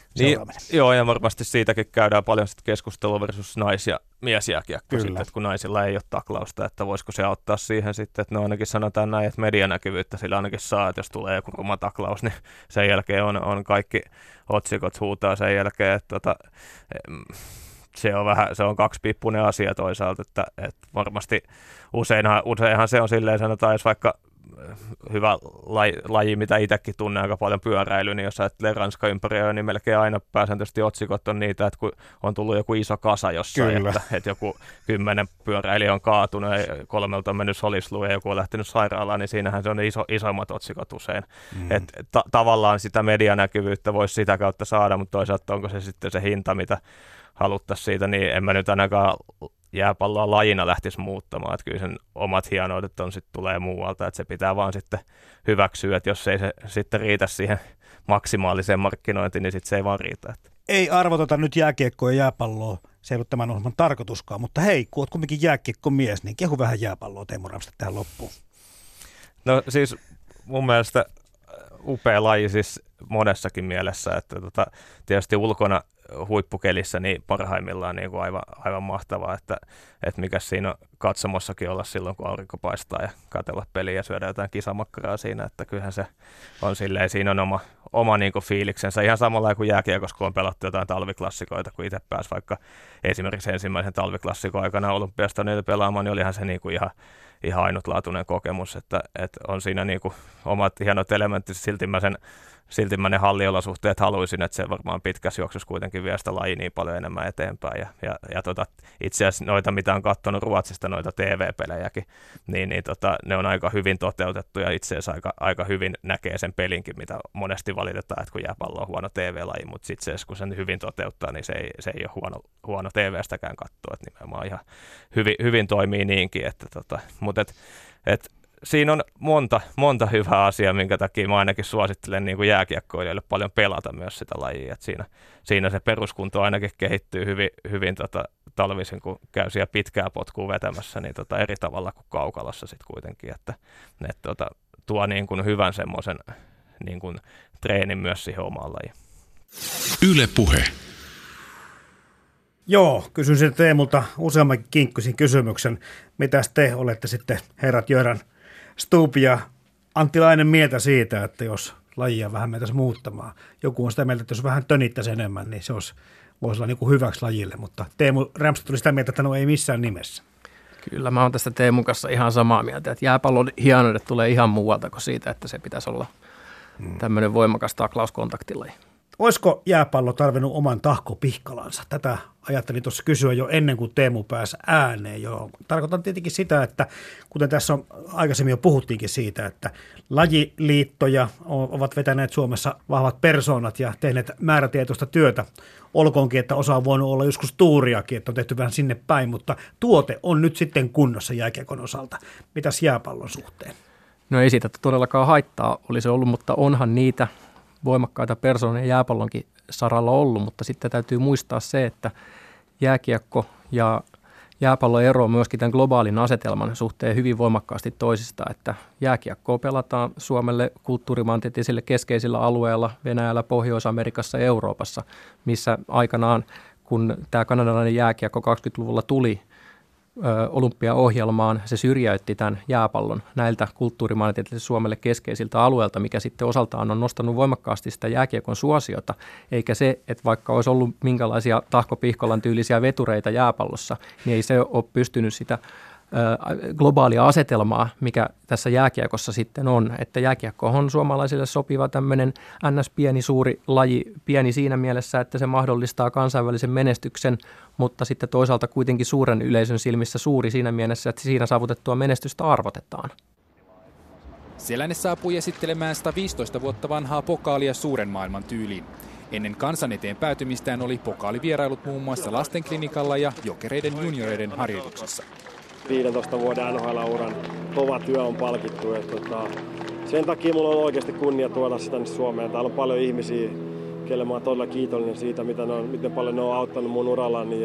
seuraaminen. Joo, ja varmasti siitäkin käydään paljon sit keskustelua versus nais- ja miesjääkiekko sitten, että kun naisilla ei ole taklausta, että voisiko se auttaa siihen sitten, että ne ainakin sanotaan näin, että medianäkyvyyttä sillä ainakin saa, että jos tulee joku ruma taklaus, niin sen jälkeen on kaikki otsikot huutaa sen jälkeen, että se on kaksipiippunen asia toisaalta, että varmasti useinhan se on silleen, sanotaan, jos vaikka hyvä laji, mitä itsekin tunnen aika paljon pyöräily, niin jos ajattelee Ranska-ympäröä, niin melkein aina pääsääntöisesti otsikot on niitä, että kun on tullut joku iso kasa jossain, että joku 10 pyöräilijä on kaatunut ja 3 on mennyt solisluun ja joku on lähtenyt sairaalaan, niin siinähän se on isoimmat otsikot usein. Tavallaan sitä medianäkyvyyttä voisi sitä kautta saada, mutta toisaalta onko se sitten se hinta, mitä haluttaisiin siitä, niin en mä nyt ainakaan jääpalloa lajina lähtisi muuttamaan, että kyllä sen omat hienoudet tulee muualta, että se pitää vaan sitten hyväksyä, että jos ei se sitten riitä siihen maksimaaliseen markkinointiin, niin sitten se ei vaan riitä. Ei arvoteta nyt jääkiekkoa ja jääpalloa, se ei ollut tämän ohjelman tarkoituskaan, mutta hei, kun olet kumminkin jääkiekkomies, niin kehu vähän jääpalloa Teemu Ramstedt tähän loppuun. No siis mun mielestä upea laji siis monessakin mielessä, että tietysti ulkona huippukelissä niin parhaimmillaan niin kuin aivan mahtavaa, että mikä siinä on katsomossakin olla silloin, kun aurinko paistaa ja katsella peliä ja syödä jotain kisamakkaraa siinä, että kyllähän se on silleen, siinä on oma niin kuin fiiliksensä, ihan samalla kuin jääkiekossa, kun on pelattu jotain talviklassikoita, kun itse pääsi vaikka esimerkiksi ensimmäisen talviklassikon aikana Olympiasta niitä pelaamaan, niin olihan se niin kuin ihan ainutlaatuinen kokemus, että on siinä niin kuin omat hienot elementit, silti mä ne halliolosuhteet haluaisin, että se varmaan pitkässä juoksussa kuitenkin vie sitä lajia niin paljon enemmän eteenpäin. Ja itse asiassa noita, mitä on katsonut Ruotsista, noita TV-pelejäkin, niin ne on aika hyvin toteutettu ja itse asiassa aika hyvin näkee sen pelinkin, mitä monesti valitetaan, että kun jääpallo on huono TV-laji, mutta sitten kun sen hyvin toteuttaa, niin se ei ole huono TV-stäkään katsoa, että nimenomaan ihan hyvin toimii niinkin. Mutta siinä on monta hyvää asiaa, minkä takia mä ainakin suosittelen niin kuin jääkiekkoilijoille paljon pelata myös sitä lajia. Et siinä se peruskunto ainakin kehittyy hyvin talvisin, kun käy siellä pitkää potkua vetämässä, niin eri tavalla kuin kaukalossa sitten kuitenkin. Että tuo niin kuin hyvän semmoisen niin kuin treenin myös siihen omaan lajiin. Yle Puhe. Joo, kysyn sitten Teemulta useammankin kinkkusin kysymyksen. Mitäs te olette sitten, herrat Göran Stub ja Antti Lainen, mieltä siitä, että jos lajia vähän mentäisiin muuttamaan. Joku on sitä mieltä, että jos vähän tönittäisi enemmän, niin se voisi olla niin kuin hyväksi lajille, mutta Teemu Ramstedt tuli sitä mieltä, että no ei missään nimessä. Kyllä, mä oon tästä Teemun kanssa ihan samaa mieltä, että jääpallon hienoudet tulee ihan muualta kuin siitä, että se pitäisi olla tämmöinen voimakas taklauskontaktilaji. Olisiko jääpallo tarvinnut oman tahkopihkalansa? Tätä ajattelin tuossa kysyä jo ennen kuin Teemu pääsi ääneen. Tarkoitan tietenkin sitä, että kuten tässä on aikaisemmin jo puhuttiinkin siitä, että lajiliittoja ovat vetäneet Suomessa vahvat persoonat ja tehneet määrätietoista työtä. Olkoonkin, että osa on voinut olla joskus tuuriakin, että on tehty vähän sinne päin, mutta tuote on nyt sitten kunnossa jääkiekon osalta. Mitäs jääpallon suhteen? No ei siitä todellakaan haittaa olisi ollut, mutta onhan niitä voimakkaita persoonia jääpallonkin saralla ollut, mutta sitten täytyy muistaa se, että jääkiekko ja jääpallo eroaa myöskin tämän globaalin asetelman suhteen hyvin voimakkaasti toisista, että jääkiekkoa pelataan Suomelle kulttuurimaantieteellisille keskeisillä alueilla, Venäjällä, Pohjois-Amerikassa ja Euroopassa, missä aikanaan, kun tämä kanadalainen jääkiekko 20-luvulla tuli olympiaohjelmaan, se syrjäytti tämän jääpallon näiltä kulttuurimaantieteellisille Suomelle keskeisiltä alueilta, mikä sitten osaltaan on nostanut voimakkaasti sitä jääkiekon suosiota, eikä se, että vaikka olisi ollut minkälaisia Tahko Pihkolan tyylisiä vetureita jääpallossa, niin ei se ole pystynyt sitä globaalia asetelmaa, mikä tässä jääkiekossa sitten on, että jääkiekko on suomalaisille sopiva tämmöinen NS-pieni suuri laji, pieni siinä mielessä, että se mahdollistaa kansainvälisen menestyksen, mutta sitten toisaalta kuitenkin suuren yleisön silmissä suuri siinä mielessä, että siinä saavutettua menestystä arvotetaan. Seläne saapui esittelemään 115 vuotta vanhaa pokaalia suuren maailman tyyliin. Ennen kansan eteen päätymistään oli pokaalivierailut muun muassa lastenklinikalla ja Jokereiden junioreiden harjoituksessa. 15 vuoden NHL-uran kova työ on palkittu. Sen takia minulla on oikeasti kunnia tuoda sitä tänne Suomeen. Täällä on paljon ihmisiä, keille mä oon todella kiitollinen siitä, miten paljon ne on auttanut mun urallani.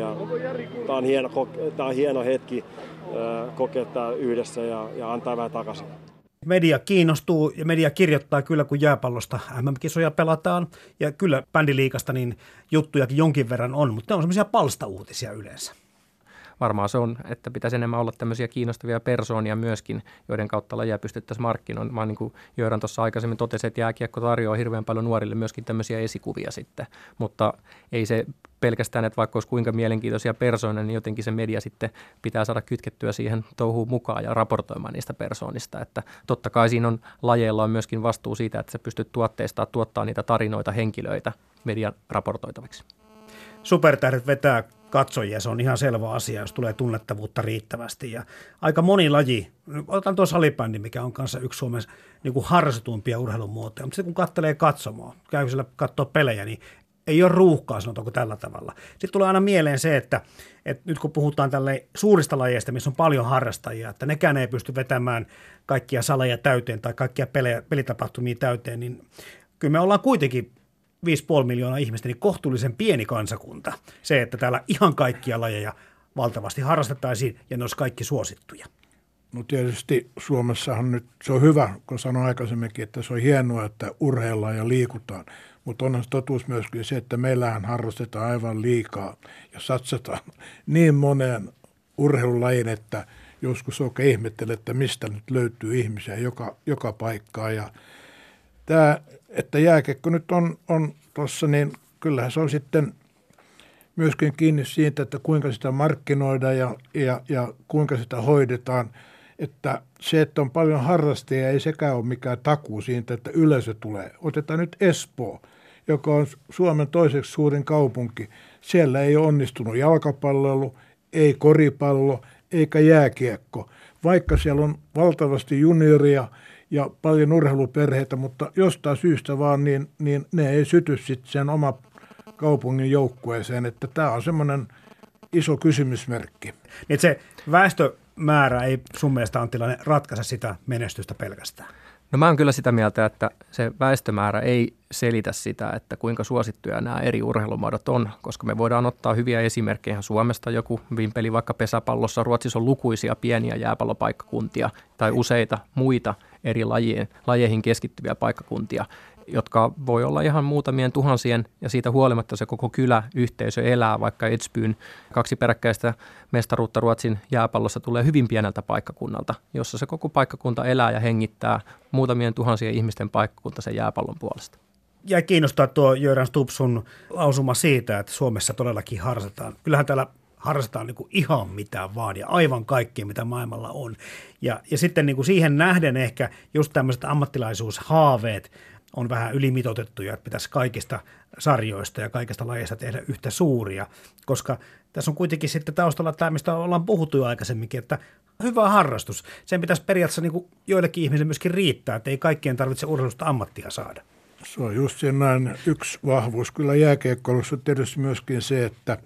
Tämä on hieno hetki kokea tämä yhdessä ja antaa vähän takaisin. Media kiinnostuu ja media kirjoittaa kyllä, kun jääpallosta MM-kisoja pelataan. Ja kyllä bändiliigasta niin juttujakin jonkin verran on, mutta ne on semmoisia palstauutisia yleensä. Varmaan se on, että pitäisi enemmän olla tämmöisiä kiinnostavia persoonia myöskin, joiden kautta lajia pystyttäisiin markkinoimaan. Niin kuin Jöran tuossa aikaisemmin totesi, että jääkiekko tarjoaa hirveän paljon nuorille myöskin tämmöisiä esikuvia sitten. Mutta ei se pelkästään, että vaikka olisi kuinka mielenkiintoisia persoonia, niin jotenkin se media sitten pitää saada kytkettyä siihen touhuun mukaan ja raportoimaan niistä persoonista. Että totta kai siinä on lajeilla on myöskin vastuu siitä, että sä pystyt tuottaa niitä tarinoita, henkilöitä median raportoitaviksi. Supertähdet vetää katsojia, se on ihan selvä asia, jos tulee tunnettavuutta riittävästi. Ja aika moni laji, otan tuo salibändi, mikä on kanssa yksi Suomen niin kuin harrastetuimpia urheilumuotoja, mutta sitten kun katselee katsomoa, käy siellä katsoa pelejä, niin ei ole ruuhkaa, sanotaanko tällä tavalla. Sitten tulee aina mieleen se, että nyt kun puhutaan tälle suurista lajeista, missä on paljon harrastajia, että nekään ei pysty vetämään kaikkia saleja täyteen tai kaikkia pelitapahtumia täyteen, niin kyllä me ollaan kuitenkin 5,5 miljoonaa ihmistä, niin kohtuullisen pieni kansakunta. Se, että täällä ihan kaikkia lajeja valtavasti harrastettaisiin ja ne olisi kaikki suosittuja. No tietysti Suomessahan nyt se on hyvä, kun sanoin aikaisemminkin, että se on hienoa, että urheillaan ja liikutaan. Mutta onhan totuus myöskin se, että meillähän harrastetaan aivan liikaa ja satsataan niin moneen urheilulajiin, että joskus oikein ihmettelee, että mistä nyt löytyy ihmisiä joka paikkaan. Ja tämä, että jääkiekko nyt on tuossa, niin kyllähän se on sitten myöskin kiinni siitä, että kuinka sitä markkinoidaan ja kuinka sitä hoidetaan. Että se, että on paljon harrastajia, ei sekään ole mikään takuu siitä, että yleisö tulee. Otetaan nyt Espoo, joka on Suomen toiseksi suurin kaupunki. Siellä ei ole onnistunut jalkapalloilu, ei koripallo eikä jääkiekko, vaikka siellä on valtavasti junioria ja paljon urheiluperheitä, mutta jostain syystä vaan niin ne ei syty sitten sen oma kaupungin joukkueeseen, että tämä on semmoinen iso kysymysmerkki. Niin se väestömäärä ei sun mielestä, Anttilainen, ratkaise sitä menestystä pelkästään? No mä oon kyllä sitä mieltä, että se väestömäärä ei selitä sitä, että kuinka suosittuja nämä eri urheilumuodot on, koska me voidaan ottaa hyviä esimerkkejä Suomesta, joku vimpeli vaikka pesäpallossa. Ruotsissa on lukuisia pieniä jääpallopaikkakuntia tai useita muita eri lajeihin keskittyviä paikkakuntia, jotka voi olla ihan muutamien tuhansien, ja siitä huolimatta se koko kyläyhteisö elää, vaikka Edsbyn 2 peräkkäistä mestaruutta Ruotsin jääpallossa tulee hyvin pieneltä paikkakunnalta, jossa se koko paikkakunta elää ja hengittää muutamien tuhansien ihmisten paikkakunta sen jääpallon puolesta. Ja kiinnostaa tuo Jöran Stubb sun lausuma siitä, että Suomessa todellakin harrastetaan. Kyllähän täällä harrastetaan niin kuin ihan mitä vaan ja aivan kaikkea, mitä maailmalla on. Ja sitten niin kuin siihen nähden ehkä just tämmöiset ammattilaisuushaaveet on vähän ylimitoitettuja, että pitäisi kaikista sarjoista ja kaikista lajeista tehdä yhtä suuria, koska tässä on kuitenkin sitten taustalla tämä, mistä ollaan puhuttu jo aikaisemminkin, että hyvä harrastus. Sen pitäisi periaatteessa niin kuin joillekin ihmisille myöskin riittää, että ei kaikkien tarvitse urheilusta ammattia saada. Se on just sen yksi vahvuus. Kyllä jääkiekkoilussa on tietysti myöskin se, että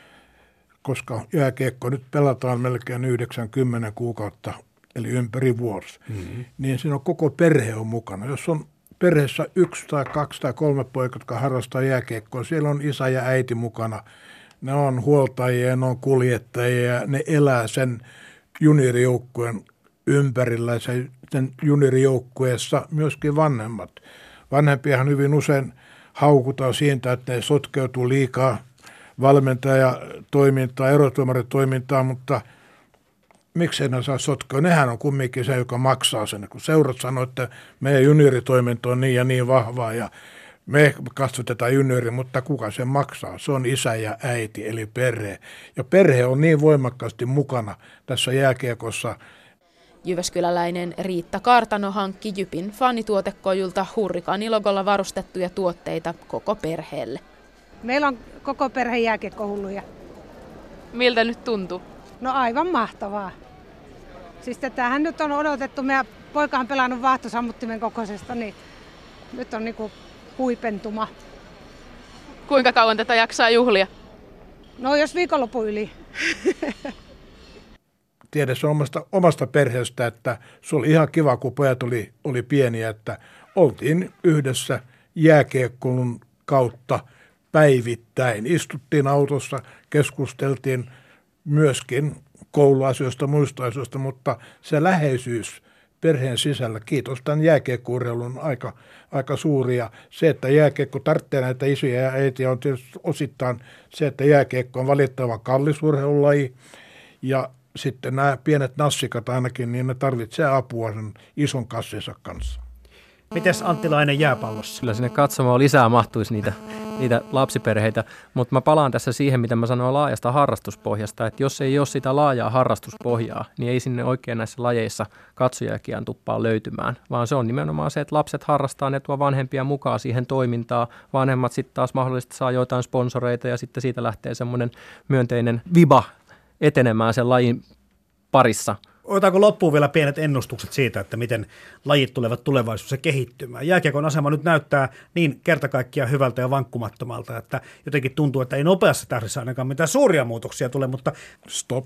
koska jääkiekko nyt pelataan melkein 90 kuukautta, eli ympäri vuosi, niin siinä on koko perhe on mukana. Jos on perheessä 1 tai 2 tai 3 poikaa, jotka harrastaa jääkiekkoa, siellä on isä ja äiti mukana. Ne on huoltajia, ne on kuljettajia, ne elää sen juniorijoukkueen ympärillä, sen juniorijoukkueessa myöskin vanhemmat. Vanhempiahan hyvin usein haukutaan siitä, että ne sotkeutuu liikaa valmentajatoimintaa, erotuomaritoimintaa, mutta miksei ne saa sotkea? Nehän on kumminkin se, joka maksaa sen. Kun seurat sanoo, että meidän junioritoiminta on niin ja niin vahvaa ja me kasvatetaan juniori, mutta kuka sen maksaa? Se on isä ja äiti, eli perhe. Ja perhe on niin voimakkaasti mukana tässä jääkiekossa. Jyväskyläläinen Riitta Kartano hankki Jypin fanituotekojulta Hurrikaani-logolla varustettuja tuotteita koko perheelle. Meillä on koko perhe jääkiekkohulluja. Miltä nyt tuntuu? No aivan mahtavaa. Siis tätähän nyt on odotettu. Meidän poika on pelannut vaahtosammuttimen kokoisesta, niin nyt on niinku huipentuma. Kuinka kauan tätä jaksaa juhlia? No jos viikonloppu yli. Tiedä omasta perheestä, että se oli ihan kiva, kun pojat oli pieniä, että oltiin yhdessä jääkiekkoilun kautta päivittäin. Istuttiin autossa, keskusteltiin myöskin kouluasioista, muista asioista, mutta se läheisyys perheen sisällä. Kiitos tämän jääkiekko-urheilun aika suuri. Ja se, että jääkiekko tarvitsee näitä isoja ja äitiä, on tietysti osittain se, että jääkiekko on valittava kallisurheilulaji. Ja sitten nämä pienet nassikat ainakin, niin ne tarvitsee apua sen ison kassinsa kanssa. Mites Anttilainen jääpallossa? Kyllä sinne katsomaan lisää mahtuisi niitä lapsiperheitä, mutta mä palaan tässä siihen, mitä mä sanoin laajasta harrastuspohjasta, että jos ei ole sitä laajaa harrastuspohjaa, niin ei sinne oikein näissä lajeissa katsojakian tuppaa löytymään, vaan se on nimenomaan se, että lapset harrastaa, ne tuo vanhempia mukaan siihen toimintaan, vanhemmat sitten taas mahdollisesti saa joitain sponsoreita ja sitten siitä lähtee semmoinen myönteinen viba etenemään sen lajin parissa. Otetaanko loppuun vielä pienet ennustukset siitä, että miten lajit tulevat tulevaisuudessa kehittymään? Jääkiekon asema nyt näyttää niin kertakaikkiaan hyvältä ja vankkumattomalta, että jotenkin tuntuu, että ei nopeassa tahdissa ainakaan mitään suuria muutoksia tule, mutta... Stop.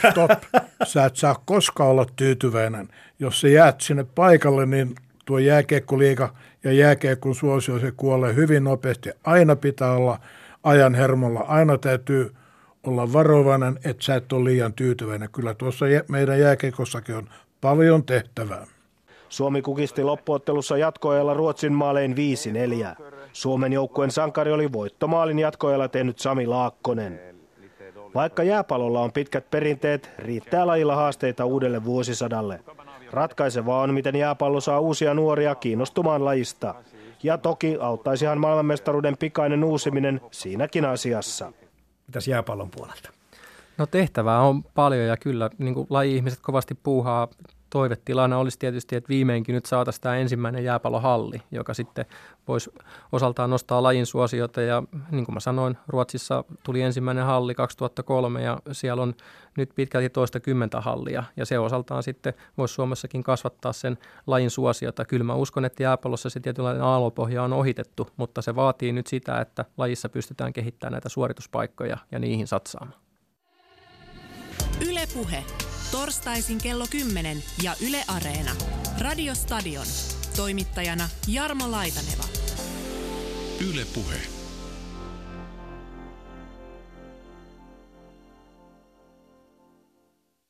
Sä et saa koskaan olla tyytyväinen. Jos sä jäät sinne paikalle, niin tuo jääkiekkoliiga ja jääkiekon suosio, se kuolee hyvin nopeasti. Aina pitää olla ajan hermolla, aina täytyy olla varovainen, että sä et ole liian tyytyväinen. Kyllä tuossa meidän jääkiekossakin on paljon tehtävää. Suomi kukisti loppuottelussa jatkoajalla Ruotsin maalein 5-4. Suomen joukkueen sankari oli voittomaalin jatkoajalla tehnyt Sami Laakkonen. Vaikka jääpallolla on pitkät perinteet, riittää lajilla haasteita uudelle vuosisadalle. Ratkaisevaa on, miten jääpallo saa uusia nuoria kiinnostumaan lajista. Ja toki auttaisihan maailmanmestaruuden pikainen uusiminen siinäkin asiassa. Mitäs jääpallon puolelta? No tehtävää on paljon ja kyllä niin kuin laji-ihmiset kovasti puuhaa. Toivetilana olisi tietysti, että viimeinkin nyt saataisiin tämä ensimmäinen jääpallohalli, joka sitten voisi osaltaan nostaa lajin suosiota. Ja niin kuin mä sanoin, Ruotsissa tuli ensimmäinen halli 2003 ja siellä on nyt pitkälti 20 hallia. Ja se osaltaan sitten voisi Suomessakin kasvattaa sen lajin suosiota. Kyllä mä uskon, että jääpallossa se tietynlainen aallonpohja on ohitettu, mutta se vaatii nyt sitä, että lajissa pystytään kehittämään näitä suorituspaikkoja ja niihin satsaamaan. Yle Puhe. Torstaisin kello 10 ja Yle Areena. Radio Stadion. Toimittajana Jarmo Laitaneva. Yle Puhe.